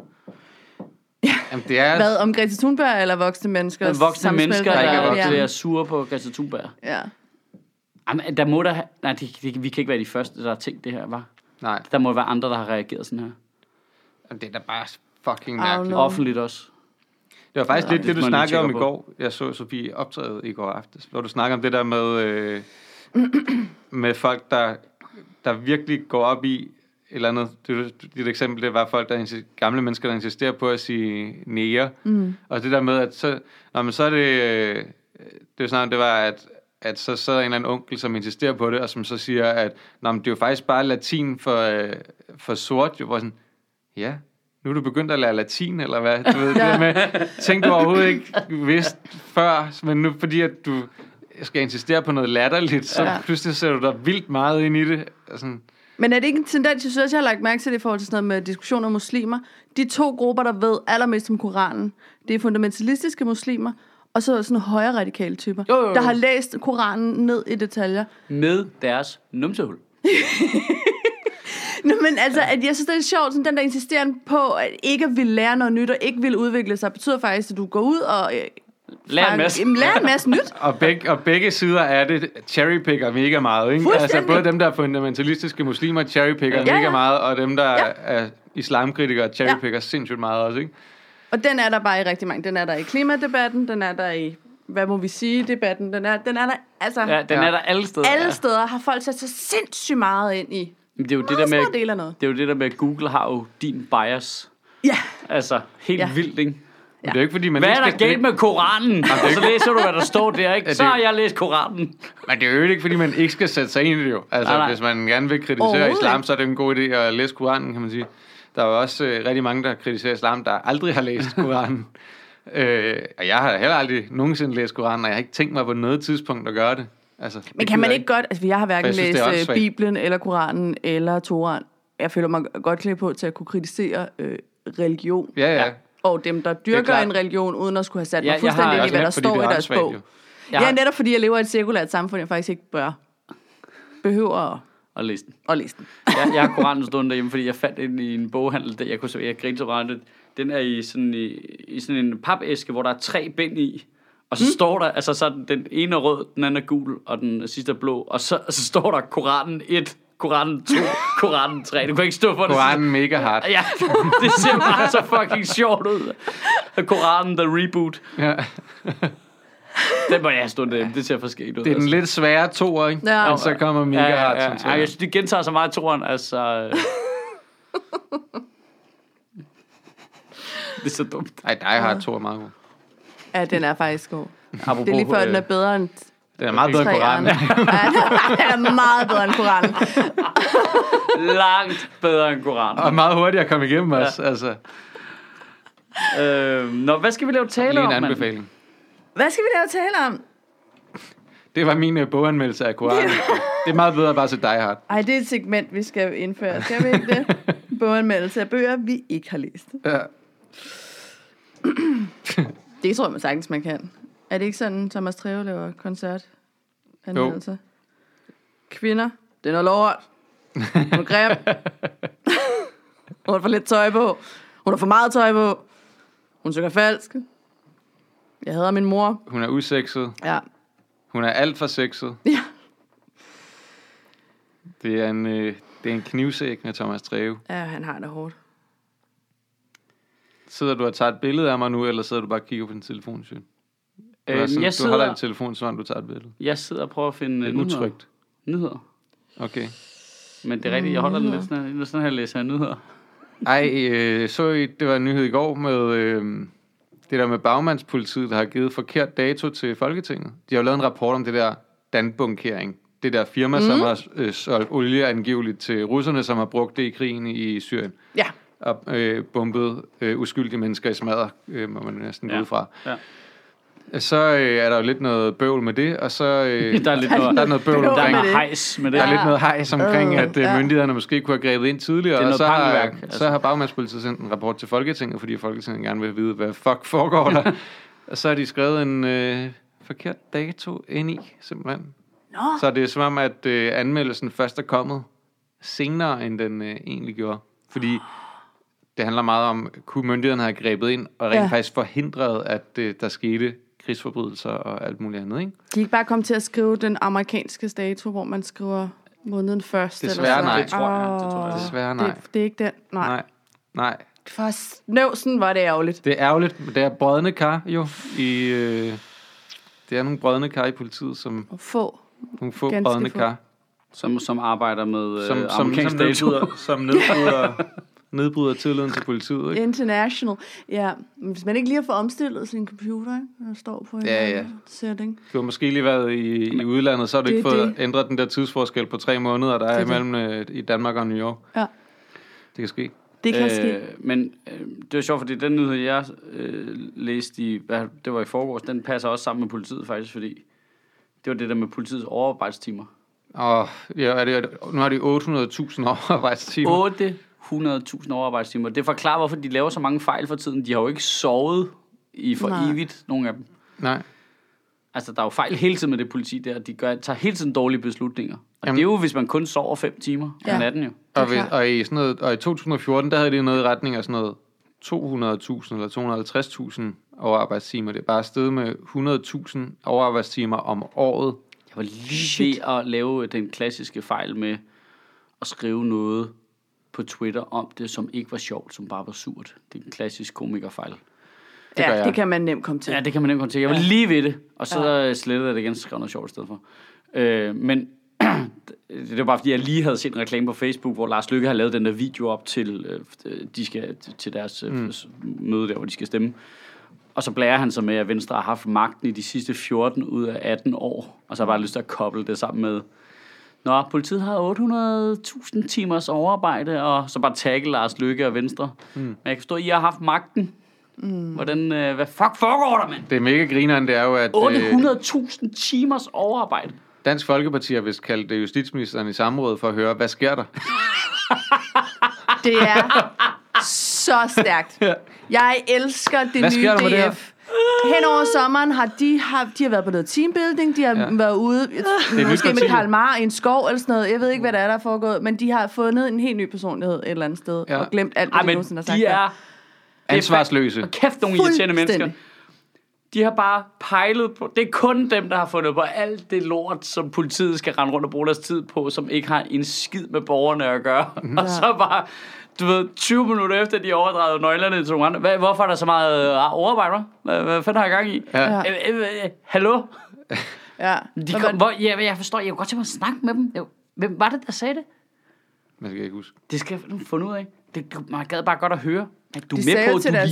Ja. Jamen, det er... Hvad, om Greta Thunberg eller voksne mennesker? Men voksne mennesker, der, der, der er sure på Greta Thunberg. Ja. Jamen, der må der have... Nej, det, det, vi kan ikke være de første, der har tænkt det her, var. Nej. Der må være andre, der har reageret sådan her. Jamen, det er da bare fucking mærkeligt. Offentligt også. Det var faktisk ja, lidt det, du snakkede om i på. går. Jeg så Sofie optræde i går aftes, hvor du snakker om det der med, øh, med folk, der, der virkelig går op i et eller andet. Dit eksempel, det var folk, der gamle mennesker, der insisterer på at sige næger. Mm. Og det der med, at så, nå, men så er det, øh, det, er sådan, det var, at, at så, så er der en eller anden onkel, som insisterer på det, og som så siger, at nå, men det er jo faktisk bare latin for, øh, for sort. Jo, hvor sådan, ja, nu er du begyndt at lære latin, eller hvad? Du ved, det der med, ting du overhovedet ikke vidste før, men nu fordi, at du skal insistere på noget latterligt, så ja. pludselig ser du der vildt meget ind i det. Sådan. Men er det ikke en tendens, jeg synes, jeg har lagt mærke til det i forhold til sådan noget med diskussioner om muslimer? De to grupper, der ved allermest om Koranen, det er fundamentalistiske muslimer, og så sådan højre radikale typer, jo, jo, jo. der har læst Koranen ned i detaljer. Med deres numsehul. Nå, men altså, at jeg synes, det er sjovt, sådan den der insisterer på, at ikke at ville lære noget nyt, og ikke vil udvikle sig, betyder faktisk, at du går ud og... Øh, lærer en masse. Lærer en masse nyt. og, begge, og begge sider af det cherrypicker mega meget, ikke? Altså, både dem, der er fundamentalistiske muslimer, cherrypicker ja, ja. mega meget, og dem, der ja. er islamkritikere, cherrypicker ja. sindssygt meget også, ikke? Og den er der bare i rigtig mange. Den er der i klimadebatten, den er der i... Hvad må vi sige, debatten, den er, den er der, altså... Ja, den ja. er der alle steder. Alle ja. steder har folk sat så sindssygt meget ind i. Men det er jo det der med, det er jo det der med, at Google har jo din bias. Ja. Altså, helt ja. vildt, ikke? Ja. Det er ikke, fordi man hvad ikke er der galt med Koranen? Og så læser du, hvad der står der, ikke? Så har jeg læst Koranen. Men det er jo ikke, fordi man ikke skal sætte sig ind i det, jo. Altså, nej, nej. Hvis man gerne vil kritisere islam, så er det en god idé at læse Koranen, kan man sige. Der er jo også øh, rigtig mange, der kritiserer islam, der aldrig har læst Koranen. øh, og jeg har heller aldrig nogensinde læst Koranen, og jeg har ikke tænkt mig på noget tidspunkt at gøre det. Altså, men kan man ikke godt... Altså, jeg har hverken jeg synes, læst Bibelen, eller Koranen, eller Toran. Jeg føler mig godt klædt på til at kunne kritisere øh, religion. Ja, ja. Og dem, der dyrker en religion, uden at skulle have sat mig ja, fuldstændig ind i, hvad der nemt, står i deres bog. Ja, har... netop fordi jeg lever i et cirkulært samfund, jeg faktisk ikke bør behøver at, at læse den. At læse den. jeg, jeg har Koranen stående derhjemme, fordi jeg fandt den i en boghandel, der jeg kunne se, jeg grinte så meget. Den er i sådan, i, i sådan en papæske, hvor der er tre bind i. Og så mm. står der, altså så den ene er rød, den anden er gul, og den sidste er blå. Og så, så står der Koranen et, Koranen to, Koranen tre. Du kan ikke stå for det. Koranen mega hard. Ja, det ser bare så fucking sjovt ud. Koranen, the reboot. Ja. Den må jeg stå der. Det ser forskelligt ud. Det er den lidt svære toer, ikke? Ja. Og så kommer mega ja, hard. Ja, ja. Ja, jeg synes, de gentager så meget toeren, altså... det er så dumt. Ej, dig har to meget god. Ja, den er faktisk god. Apropos, det er lige før, øh, den er bedre end... Den Den er meget bedre end Koranen. Ja, den er meget bedre end Koranen. Langt bedre end Koranen. Og meget hurtigt at komme igennem ja. os. Altså. Øh, nå, hvad skal vi lave tale om, Lige en anbefaling. Man? Hvad skal vi lave tale om? Det var min uh, boganmeldelse af Koranen. Det er meget bedre bare til Die Hard. Ej, det er et segment, vi skal indføre. Skal vi ikke det? Boganmeldelse af bøger, vi ikke har læst. Ja. Det tror jeg, man sagtens, man kan. Er det ikke sådan, Thomas Treve laver koncertanmeldelser? Kvinder, det er noget lort. Hun er grim. Hun har for lidt tøj på. Hun har for meget tøj på. Hun synger falsk. Jeg hader min mor. Hun er usekset. Ja. Hun er alt for sexet. Ja. Det er en, øh, det er en knivsæk med Thomas Treve. Ja, han har det hårdt. Sidder du og tager et billede af mig nu, eller sidder du bare og kigger på din telefon, Sjøen? Du, Øhm, sådan, jeg du sidder, holder din telefon, så du tager et billede. Jeg sidder og prøver at finde det er nyheder. utrygt. Nyheder. Okay. Men det er rigtigt, jeg holder den lidt sådan her, sådan her læser jeg nyheder. Ej, øh, så I, det var en nyhed i går med øh, det der med bagmandspolitiet, der har givet forkert dato til Folketinget. De har jo lavet en rapport om det der danbunkering. Det der firma, mm. som har øh, solgt olie angiveligt til russerne, som har brugt det i krigen i Syrien. Ja. Og øh, bombet øh, uskyldige mennesker i smadder, øh, må man næsten gå ja. ud fra. Ja. Så øh, er der jo lidt noget bøvl med det, og så øh, der er lidt noget, der er noget bøvl omkring. Der er hejs med det. Der er lidt noget hejs omkring, at øh, ja. myndighederne måske kunne have grebet ind tidligere, og så har, altså. så har bagmandspolitiet sendt en rapport til Folketinget, fordi Folketinget gerne vil vide, hvad fuck foregår der. Og så har de skrevet en øh, forkert dato ind i, simpelthen. Nå. Så det er som om, at øh, anmeldelsen først er kommet senere, end den øh, egentlig gjorde. Fordi det handler meget om, kunne myndighederne have grebet ind og rent ja. faktisk forhindret, at øh, der skete krigsforbrydelser og alt muligt andet, ikke? De ikke bare komme til at skrive den amerikanske dato, hvor man skriver måneden først? Desværre eller nej. Det tror jeg. Det tror jeg. Desværre nej. Det, det er ikke den. Nej. Nej. Nej. For snøvsen var det ærgerligt. Det er ærgerligt, men det er brødne kar jo. I, øh, det er nogle brødne kar i politiet, som... Og få. Nogle få Ganske brødne få. kar. Som, som arbejder med øh, Som, som, amerikansk som dato. nedbryder, som nedbryder, nedbryder tilliden til politiet, ikke? International. Ja, men hvis man ikke lige har fået omstillet sin computer, ikke? Der står på en Ja, ja. setting. Du har måske lige været i, i udlandet, så har du Det ikke er fået det. ændret den der tidsforskel på tre måneder, der er, Det er imellem øh, i Danmark og New York. Ja, Det kan ske. det kan øh, ske. Men øh, det var sjovt, fordi den nyhed, jeg øh, læste i, hvad, det var i forgårs, den passer også sammen med politiet faktisk, fordi det var det der med politiets overarbejdstimer. Og ja, er det, nu har de otte hundrede tusind arbejdstimer. otte hundrede tusind overarbejdstimer. Det forklarer, hvorfor de laver så mange fejl for tiden. De har jo ikke sovet i for Nej. evigt, nogle af dem. Nej. Altså, der er jo fejl hele tiden med det politi der. De gør, tager hele tiden dårlige beslutninger. Og Jamen, det er jo, hvis man kun sover fem timer Ja. om natten jo. Og, ved, klart. og, i sådan noget, og i to tusind og fjorten, der havde de noget i retning af sådan noget to hundrede tusind eller to hundrede og halvtreds tusind overarbejdstimer. Det er bare steget med hundrede tusind overarbejdstimer om året. Jeg var lige ved at lave den klassiske fejl med at skrive noget på Twitter om det, som ikke var sjovt, som bare var surt. Det er en klassisk komikerfejl. Det gør Ja, jeg. det kan man nemt komme til. Ja, det kan man nemt komme til. Jeg var Ja. lige ved det, og så Ja. ja. slettede jeg det igen, så skrev noget sjovt i stedet for. Øh, men det var bare, fordi jeg lige havde set en reklame på Facebook, hvor Lars Løkke har lavet den der video op til, øh, de skal, til deres øh, Mm. møde der, hvor de skal stemme. Og så blærer han sig med, at Venstre har haft magten i de sidste fjorten ud af atten år. Og så har jeg bare lyst til at koble det sammen med, nå, politiet har otte hundrede tusind timers overarbejde, og så bare tagge Lars Løkke og Venstre. Mm. Men jeg kan forstå, at I har haft magten. Mm. Hvordan, øh, hvad fuck foregår der, mand? Det er mega grineren, det er jo, at otte hundrede tusind timers overarbejde. Dansk Folkeparti har vist kaldt det justitsministeren i samråd for at høre, hvad sker der? Det er så stærkt. Jeg elsker det Hvad nye sker der med det her? D F. Hen over sommeren har de, har, de har været på noget teambuilding, de har Ja. ja. været ude, nyt måske med parti, Karl Marr i en skov eller sådan noget. Jeg ved ikke, hvad der er, der er foregået, men de har fundet en helt ny personlighed et eller andet sted, Ja. og glemt alt, hvad Ej, de men nogensinde har sagt. de er... Ansvarsløse. Og kæft, nogle irriterende mennesker. Fuldstændig. De har bare pejlet på... Det er kun dem, der har fundet på alt det lort, som politiet skal rende rundt og bruge deres tid på, som ikke har en skid med borgerne at gøre. Mm. Og så bare... Du ved, tyve minutter efter, de overdrejede nøglerne til nogle andre. Hvad, hvorfor er der så meget øh, overarbejde, hva'? Hvad, hvad fanden har jeg gang i? Ja. Øh, øh, øh, hallo? Ja. De kom, hvor, ja, jeg forstår, jeg kunne godt tænke mig at snakke med dem. Jo, hvem var det, der sagde det? Men det kan jeg ikke huske. Det skal jeg finde ud af. Det, du, man gad bare godt at høre. At du er De med sagde på, jo at til du deres- ligner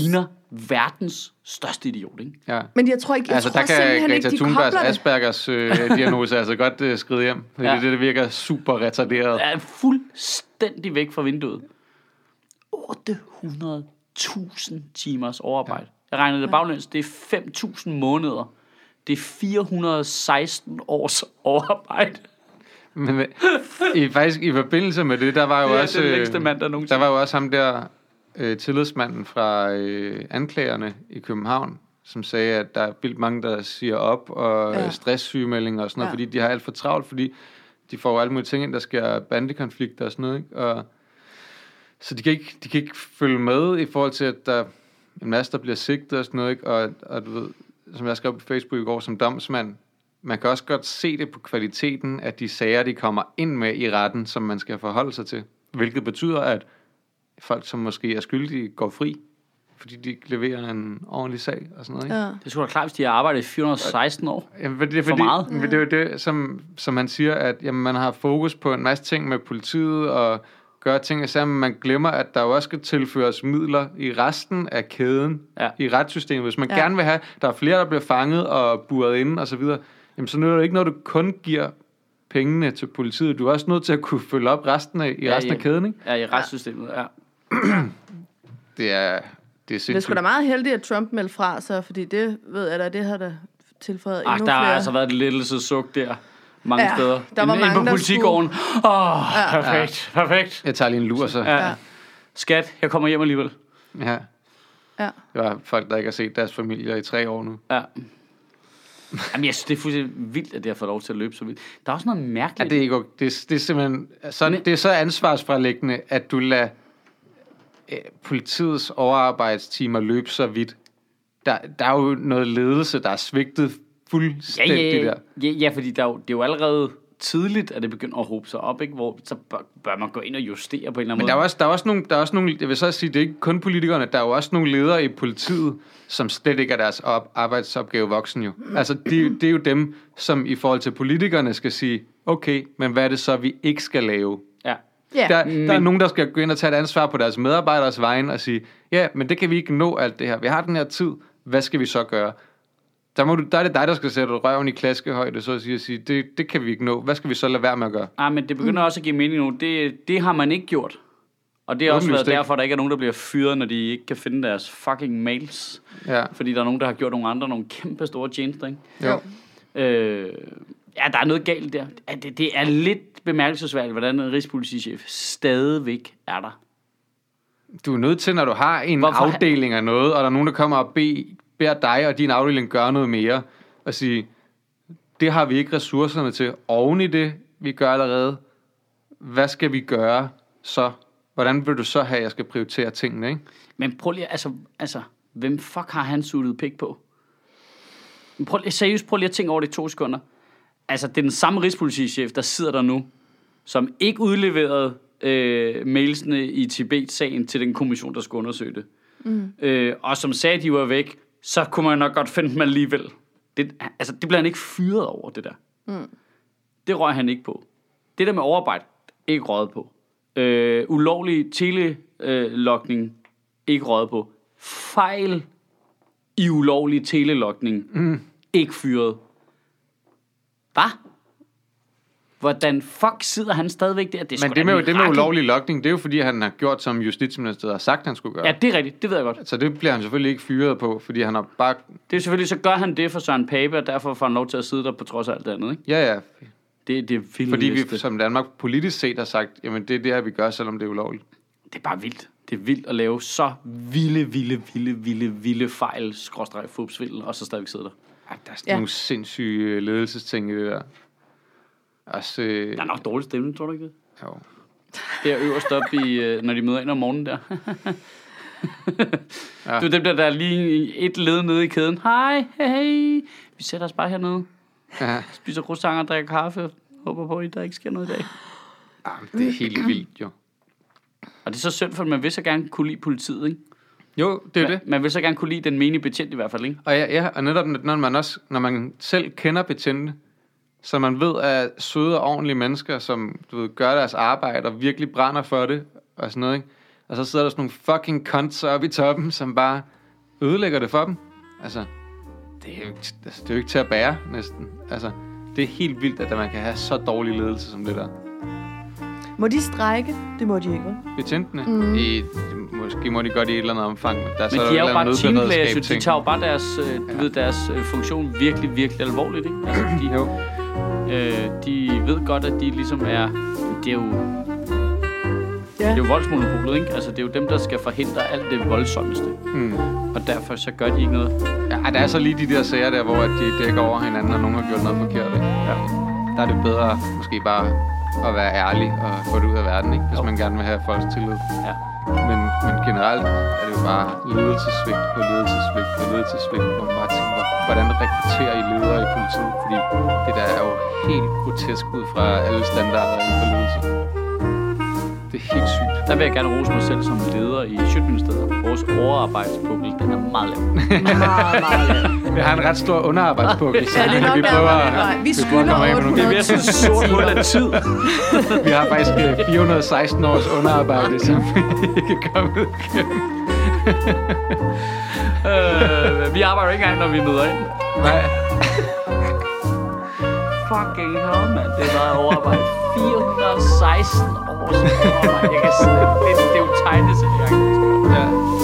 verdens største idiot, ikke? Ja. Men jeg tror ikke, jeg altså, tror der kan simpelthen Greta ikke, de Thunbergs kobler det. Aspergers øh, diagnose altså godt øh, skride hjem. Fordi Ja. det, det virker super retarderet. Er fuldstændig væk fra vinduet. otte hundrede tusind timers overarbejde. Jeg regnede det baglæns. Det er fem tusind måneder. Det er fire hundrede og seksten års overarbejde. Men øh, i, faktisk i forbindelse med det, der var jo Det er også... den længste mand, der øh, nogensinde. der var jo også ham der, øh, tillidsmanden fra øh, anklagerne i København, som sagde, at der er vildt mange, der siger op, og Ja. ja. stresssygemeldinger og sådan noget, Ja. fordi de har alt for travlt, fordi de får alle mulige ting ind, der sker bandekonflikter og sådan noget, ikke? Og, så de kan, ikke, de kan ikke følge med i forhold til, at der er en masse, der bliver sigtet og sådan noget, ikke? Og, og du ved, som jeg skrev på Facebook i går som domsmand, man kan også godt se det på kvaliteten af de sager, de kommer ind med i retten, som man skal forholde sig til. Hvilket betyder, at folk, som måske er skyldige, går fri, fordi de leverer en ordentlig sag og sådan noget, ikke? Ja. Det skulle da klart, hvis de har arbejdet i fire hundrede og seksten år. Jamen, det er For fordi, meget. Men det er jo det, som, som han siger, at jamen, man har fokus på en masse ting med politiet og gør ting sammen, men man glemmer, at der jo også skal tilføres midler i resten af kæden, Ja. i retssystemet. Hvis man Ja. ja. gerne vil have, der er flere, der bliver fanget og buret inde og så videre, jamen så nytter det ikke, når du kun giver pengene til politiet. Du er også nødt til at kunne følge op resten af, i Ja, resten ja. af kæden, ikke? Ja, i retssystemet, ja. Det er, det er Det er sindssygt. sgu da meget heldigt, at Trump meldte fra sig, fordi det, ved jeg da, det har da tilføjet Ach, endnu der har flere. altså været et lettelsesuk der. Mange Ja, steder. der var Inde mange, på der politigården. Åh, oh, ja. perfekt, perfekt. Jeg tager lige en lur, så. Ja. Ja. Skat, jeg kommer hjem alligevel. Ja. Ja. Det var folk, der ikke har set deres familier i tre år nu. Ja. Jamen, jeg synes, det er fuldstændig vildt, at det har fået lov til at løbe så vildt. Der er også noget Ja, mærkeligt. det er ikke okay. det, er, det er simpelthen så, Men- det er så ansvarsfralæggende, at du lader øh, politiets overarbejdstimer løbe så vidt. Der, der er jo noget ledelse, der er svigtet Ja, fuldstændig ja, der. ja, ja, fordi der er jo, det er jo allerede tidligt, at det begynder at hobe sig op, ikke? Hvor så bør, bør man gå ind og justere på en eller anden Men måde. der er, også, der, er også nogle, der er også nogle, jeg vil så sige, det er ikke kun politikerne, der er jo også nogle ledere i politiet, som slet ikke er deres op, arbejdsopgave voksen jo. Altså, det, det er jo dem, som i forhold til politikerne skal sige, okay, men hvad er det så, vi ikke skal lave? Ja. Ja. Der, Men- der er nogen, der skal gå ind og tage et ansvar på deres medarbejderes vegne og sige, ja, men det kan vi ikke nå alt det her. Vi har den her tid. Hvad skal vi så gøre? Der, må du, der er det dig, der skal sætte røven i klaskehøjde, så at sige, at sige det, det kan vi ikke nå. Hvad skal vi så lade være med at gøre? Ah, men det begynder mm. også at give mening nu. Det, det har man ikke gjort. Og det har også Åbenlyst været ikke. derfor, at der ikke er nogen, der bliver fyret, når de ikke kan finde deres fucking mails. Ja. Fordi der er nogen, der har gjort nogle andre, nogle kæmpe store tjenester, ikke? Jo. Øh, ja, der er noget galt der. Ja, det, det er lidt bemærkelsesværdigt, hvordan en rigspolitichef stadigvæk er der. Du er nødt til, når du har en Hvorfor? afdeling af noget, og der er nogen, der kommer og beder, beder dig og din afdeling gøre noget mere, og sige, det har vi ikke ressourcerne til. Oven i det, vi gør allerede, hvad skal vi gøre så? Hvordan vil du så have, at jeg skal prioritere tingene, ikke? Men prøv lige, altså, altså hvem fuck har han suttet pik på? Men Prøv, lige- seriøst, prøv lige at tænke over det i to sekunder. Altså, det er den samme rigspolitichef, der sidder der nu, som ikke udleverede øh, mailsene i Tibet-sagen til den kommission, der skulle undersøge det. Mm. Øh, og som sagde, at de var væk, så kunne man nok godt finde dem alligevel. Det, altså, det bliver han ikke fyret over, det der. Mm. Det røg han ikke på. Det der med overarbejde, ikke røget på. Øh, ulovlig telelogning, øh, ikke røget på. Fejl i ulovlig telelogning, mm. ikke fyret. Hvad? Hvordan fuck sidder han stadigvæk der? Det er sgu Men da det med, et det med mirakel. ulovlig logning, det er jo fordi, han har gjort, som justitsministeriet har sagt, han skulle gøre. Ja, det er rigtigt. Det ved jeg godt. Så det bliver han selvfølgelig ikke fyret på, fordi han har bare... Det er selvfølgelig, så gør han det for Søren Pape, og derfor får han lov til at sidde der på trods af alt det andet, ikke? Ja, ja. Det, det er vildt. Fordi vi som Danmark politisk set har sagt, jamen det er det her, vi gør, selvom det er ulovligt. Det er bare vildt. Det er vildt at lave så vilde, vilde, vilde, vilde, vilde fejl, skråstreg, fupsvindel, og så stadigvæk sidder der. Ja, der er sådan Ja. nogle sindssyge ledelsesting i det der. Også, øh, Der er nok dårlig stemning, tror du ikke det? jo. Det er øverst op i, øh, når de møder ind om morgenen der. Ja. Du er dem der, der er lige et led nede i kæden. Hej, hey, hey. Vi sætter os bare hernede. Ja. Spiser croissanter og drikker kaffe. Håber på, at der ikke sker noget i dag. Jamen, det er helt vildt, jo. Og det er så synd, for man vil så gerne kunne lide politiet, ikke? Jo, det er jo Man, det. man vil så gerne kunne lide den menige betjent i hvert fald, ikke? Og, ja, ja, og netop når man også, når man selv kender betjente, så man ved, at søde og ordentlige mennesker, som du ved, gør deres arbejde og virkelig brænder for det, og sådan noget, ikke? Og så sidder der sådan nogle fucking cunts oppe i toppen, som bare ødelægger det for dem. Altså, det er jo, altså, det er jo ikke til at bære, næsten. Altså, det er helt vildt, at man kan have så dårlig ledelse som det der. Må de strække? Det må de ikke, vel? Betjentene? Mm. I, måske må de godt i et eller andet omfang. Men, der er men så de er jo bare teamplayer, så de ting. tager jo bare deres, øh, du ja. ved, deres øh, funktion virkelig, virkelig alvorligt, ikke? Altså, de, jo. Øh, de ved godt, at de ligesom er... Det er jo... Ja. Det er jo voldsmonopolet, ikke? Altså, det er jo dem, der skal forhindre alt det voldsomste. Mm. Og derfor så gør de ikke noget. Ja, der er så lige de der sager der, hvor de dækker over hinanden, og nogen har gjort noget forkert, ikke? Ja. Der er det bedre måske bare at være ærlig og få det ud af verden, ikke? Hvis jo. man gerne vil have folks tillid. Ja. Men, men generelt er det jo bare ledelsesvigt på ledelsesvigt på ledelsesvigt, hvor man bare tænker, hvordan rekrutterer I ledere i politiet? Fordi det der er jo helt grotesk ud fra alle standarder inden for ledelse. Det er helt sygt. Der vil jeg gerne rose mig selv som leder i Sjøtministeriet. Vores overarbejdspukkel, den er meget lav. meget, meget lav. Vi har en ret stor underarbejdspukkel. Ja, det er nok vi prøver, der, vi skylder otte hundrede. Det er mere sådan en sort hul af tid. Vi har faktisk fire hundrede og seksten års underarbejde, som vi kan komme ud igennem. øh, vi arbejder ikke engang, når vi møder ind. Nej. Fucking hell, mand. Det er meget overarbejde. fire hundrede og seksten års overarbejde. Jeg kan slet, det, det er jo tegneserie. Ja.